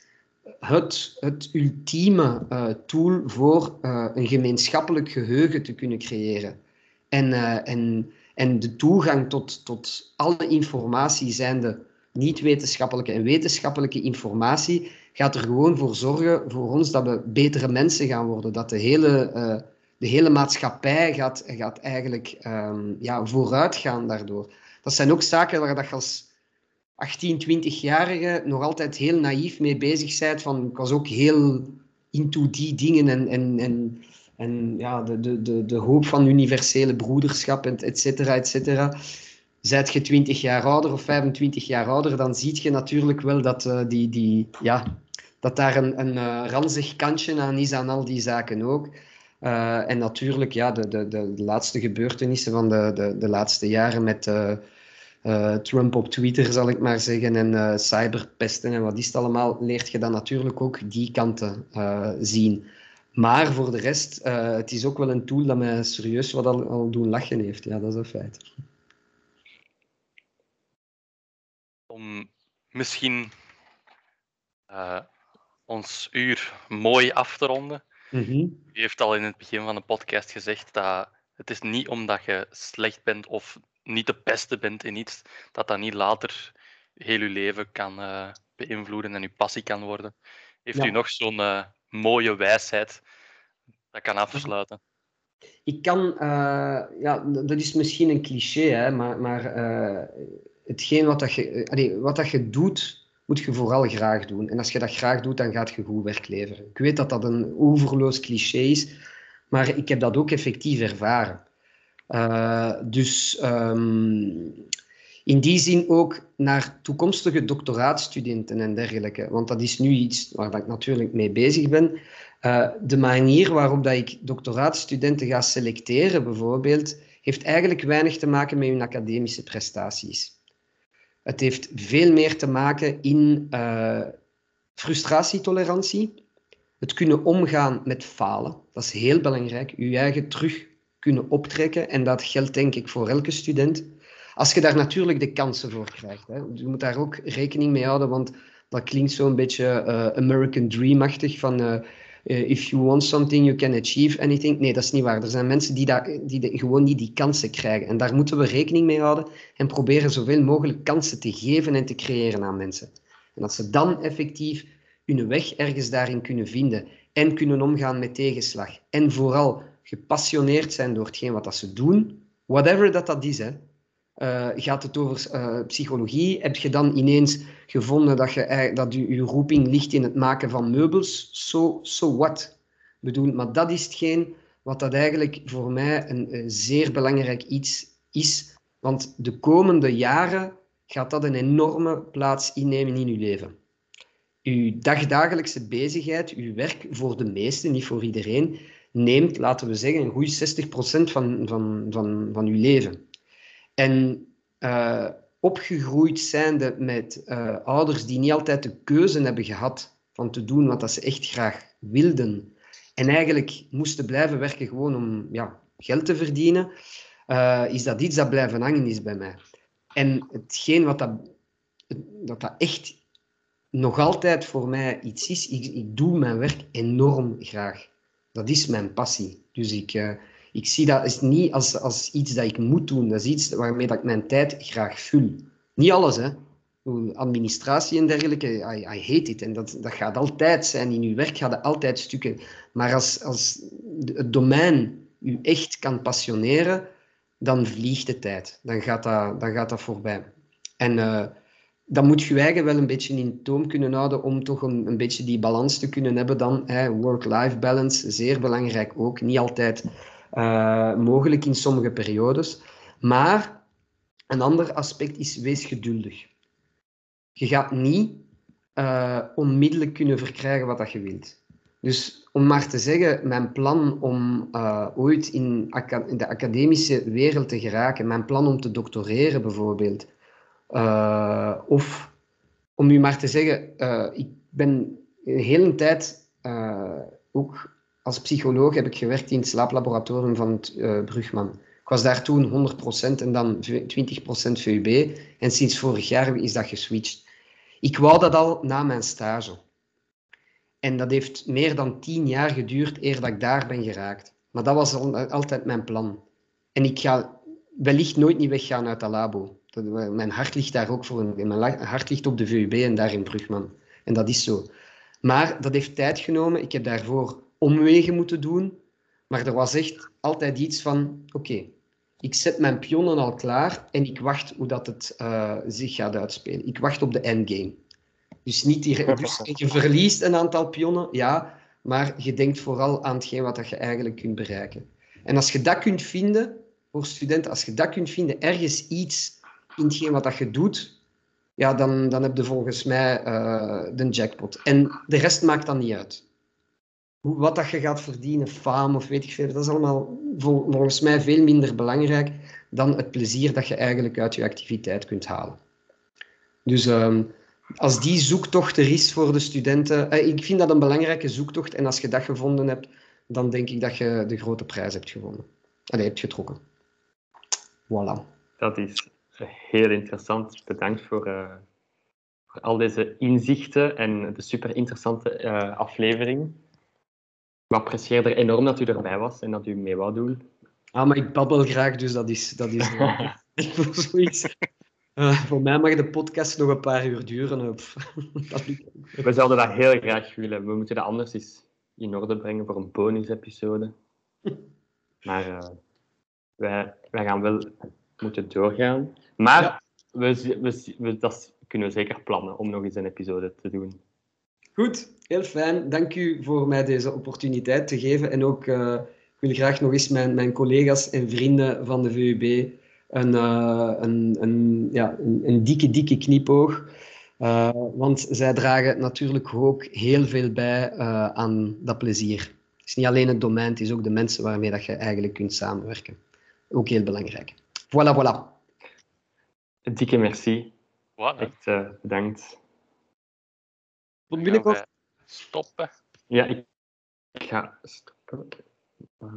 het, het ultieme uh, tool voor uh, een gemeenschappelijk geheugen te kunnen creëren. En, uh, en, en de toegang tot, tot alle informatie, zijnde niet-wetenschappelijke en wetenschappelijke informatie, gaat er gewoon voor zorgen voor ons dat we betere mensen gaan worden. Dat de hele, uh, de hele maatschappij gaat, gaat eigenlijk um, ja, vooruit gaan daardoor. Dat zijn ook zaken waar je als achttien, twintig-jarige nog altijd heel naïef mee bezig bent. Van, ik was ook heel into die dingen en, en, en, en ja, de, de, de, de hoop van universele broederschap, et cetera, et cetera. Zijt je twintig jaar ouder of vijfentwintig jaar ouder, dan zie je natuurlijk wel dat, uh, die, die, ja, dat daar een, een uh, ranzig kantje aan is aan al die zaken ook. Uh, en natuurlijk, ja, de, de, de, de laatste gebeurtenissen van de, de, de laatste jaren met uh, uh, Trump op Twitter, zal ik maar zeggen, en uh, cyberpesten en wat is het allemaal, leert je dan natuurlijk ook die kanten uh, zien. Maar voor de rest, uh, het is ook wel een tool dat mij serieus wat al, al doen lachen heeft. Ja, dat is een feit. Om misschien uh, ons uur mooi af te ronden. Mm-hmm. U heeft al in het begin van de podcast gezegd dat het is niet omdat je slecht bent of niet de beste bent in iets, dat dat niet later heel uw leven kan uh, beïnvloeden en uw passie kan worden. Heeft Ja. u nog zo'n uh, mooie wijsheid dat kan afsluiten. Ik kan, uh, ja, dat is misschien een cliché, hè, maar, maar uh, hetgeen wat, dat je, allee, wat dat je doet, moet je vooral graag doen. En als je dat graag doet, dan gaat je goed werk leveren. Ik weet dat dat een overloos cliché is, maar ik heb dat ook effectief ervaren. Uh, dus um, in die zin ook naar toekomstige doctoraatstudenten en dergelijke, want dat is nu iets waar ik natuurlijk mee bezig ben. Uh, de manier waarop dat ik doctoraatstudenten ga selecteren, bijvoorbeeld, heeft eigenlijk weinig te maken met hun academische prestaties. Het heeft veel meer te maken in uh, frustratietolerantie, het kunnen omgaan met falen. Dat is heel belangrijk, je eigen terug kunnen optrekken. En dat geldt denk ik voor elke student. Als je daar natuurlijk de kansen voor krijgt. Hè. Je moet daar ook rekening mee houden, want dat klinkt zo'n beetje uh, American Dream-achtig van uh, uh, if you want something, you can achieve anything. Nee, dat is niet waar. Er zijn mensen die, daar, die de, gewoon niet die kansen krijgen. En daar moeten we rekening mee houden en proberen zoveel mogelijk kansen te geven en te creëren aan mensen. En dat ze dan effectief hun weg ergens daarin kunnen vinden en kunnen omgaan met tegenslag. En vooral gepassioneerd zijn door hetgeen wat dat ze doen, whatever dat dat is, hè. Uh, gaat het over uh, psychologie? Heb je dan ineens gevonden dat je, dat je, je roeping ligt in het maken van meubels? So, so what? Bedoel, maar dat is hetgeen wat dat eigenlijk voor mij een, een zeer belangrijk iets is. Want de komende jaren gaat dat een enorme plaats innemen in je leven. Uw dagdagelijkse bezigheid, uw werk, voor de meesten, niet voor iedereen, neemt, laten we zeggen, een goede zestig procent van, van, van, van uw leven. En uh, opgegroeid zijnde met uh, ouders die niet altijd de keuze hebben gehad van te doen wat dat ze echt graag wilden. En eigenlijk moesten blijven werken gewoon om ja, geld te verdienen, uh, is dat iets dat blijven hangen is bij mij. En hetgeen wat dat, dat, dat echt nog altijd voor mij iets is, ik, ik doe mijn werk enorm graag. Dat is mijn passie. Dus ik... Uh, Ik zie dat is niet als, als iets dat ik moet doen. Dat is iets waarmee dat ik mijn tijd graag vul. Niet alles, hè. Administratie en dergelijke, I, I hate it. En dat, dat gaat altijd zijn. In uw werk gaat er altijd stukken. Maar als, als het domein u echt kan passioneren, dan vliegt de tijd. Dan gaat dat, dan gaat dat voorbij. En uh, dan moet je je eigen wel een beetje in toom kunnen houden om toch een, een beetje die balans te kunnen hebben dan. Work-life balance, zeer belangrijk ook. Niet altijd... Uh, mogelijk in sommige periodes. Maar een ander aspect is, wees geduldig. Je gaat niet uh, onmiddellijk kunnen verkrijgen wat dat je wilt. Dus om maar te zeggen, mijn plan om uh, ooit in, aca- in de academische wereld te geraken, mijn plan om te doctoreren bijvoorbeeld, uh, of om u maar te zeggen, uh, ik ben een hele tijd uh, ook... Als psycholoog heb ik gewerkt in het slaaplaboratorium van het uh, Brugman. Ik was daar toen honderd procent en dan twintig procent V U B. En sinds vorig jaar is dat geswitcht. Ik wou dat al na mijn stage. En dat heeft meer dan tien jaar geduurd eer dat ik daar ben geraakt. Maar dat was al, altijd mijn plan. En ik ga wellicht nooit niet weggaan uit dat labo. Dat, mijn hart ligt daar ook voor. Een, mijn hart ligt op de V U B en daar in Brugman. En dat is zo. Maar dat heeft tijd genomen. Ik heb daarvoor omwegen moeten doen, maar er was echt altijd iets van, oké, okay, ik zet mijn pionnen al klaar en ik wacht hoe dat het uh, zich gaat uitspelen. Ik wacht op de endgame. Dus, niet die, dus je verliest een aantal pionnen, ja, maar je denkt vooral aan hetgeen wat je eigenlijk kunt bereiken. En als je dat kunt vinden, voor studenten, als je dat kunt vinden, ergens iets in hetgeen wat je doet, ja, dan, dan heb je volgens mij uh, de jackpot. En de rest maakt dan niet uit. Wat dat je gaat verdienen, faam of weet ik veel, dat is allemaal volgens mij veel minder belangrijk dan het plezier dat je eigenlijk uit je activiteit kunt halen. Dus um, als die zoektocht er is voor de studenten, eh, ik vind dat een belangrijke zoektocht en als je dat gevonden hebt, dan denk ik dat je de grote prijs hebt gewonnen. Allee, hebt getrokken. Voilà. Dat is heel interessant. Bedankt voor, uh, voor al deze inzichten en de super interessante uh, aflevering. Ik apprecieer er enorm dat u erbij was en dat u mee wou doen. Ah, maar ik babbel graag, dus dat is... Dat is uh, voor zoiets. Uh, voor mij mag de podcast nog een paar uur duren. Dat We zouden dat heel graag willen. We moeten dat anders eens in orde brengen voor een bonus-episode. Maar uh, wij, wij gaan wel moeten doorgaan. Maar ja. we, we, we, dat kunnen we zeker plannen om nog eens een episode te doen. Goed, heel fijn. Dank u voor mij deze opportuniteit te geven. En ook uh, ik wil graag nog eens mijn, mijn collega's en vrienden van de V U B een, uh, een, een, ja, een, een dikke, dikke knipoog. Uh, want zij dragen natuurlijk ook heel veel bij uh, aan dat plezier. Het is niet alleen het domein, het is ook de mensen waarmee dat je eigenlijk kunt samenwerken. Ook heel belangrijk. Voilà, voilà. Een dikke merci. Voilà. Echt uh, bedankt. Tot binnenkort. Stoppen. Ja, ik, ik ga stoppen.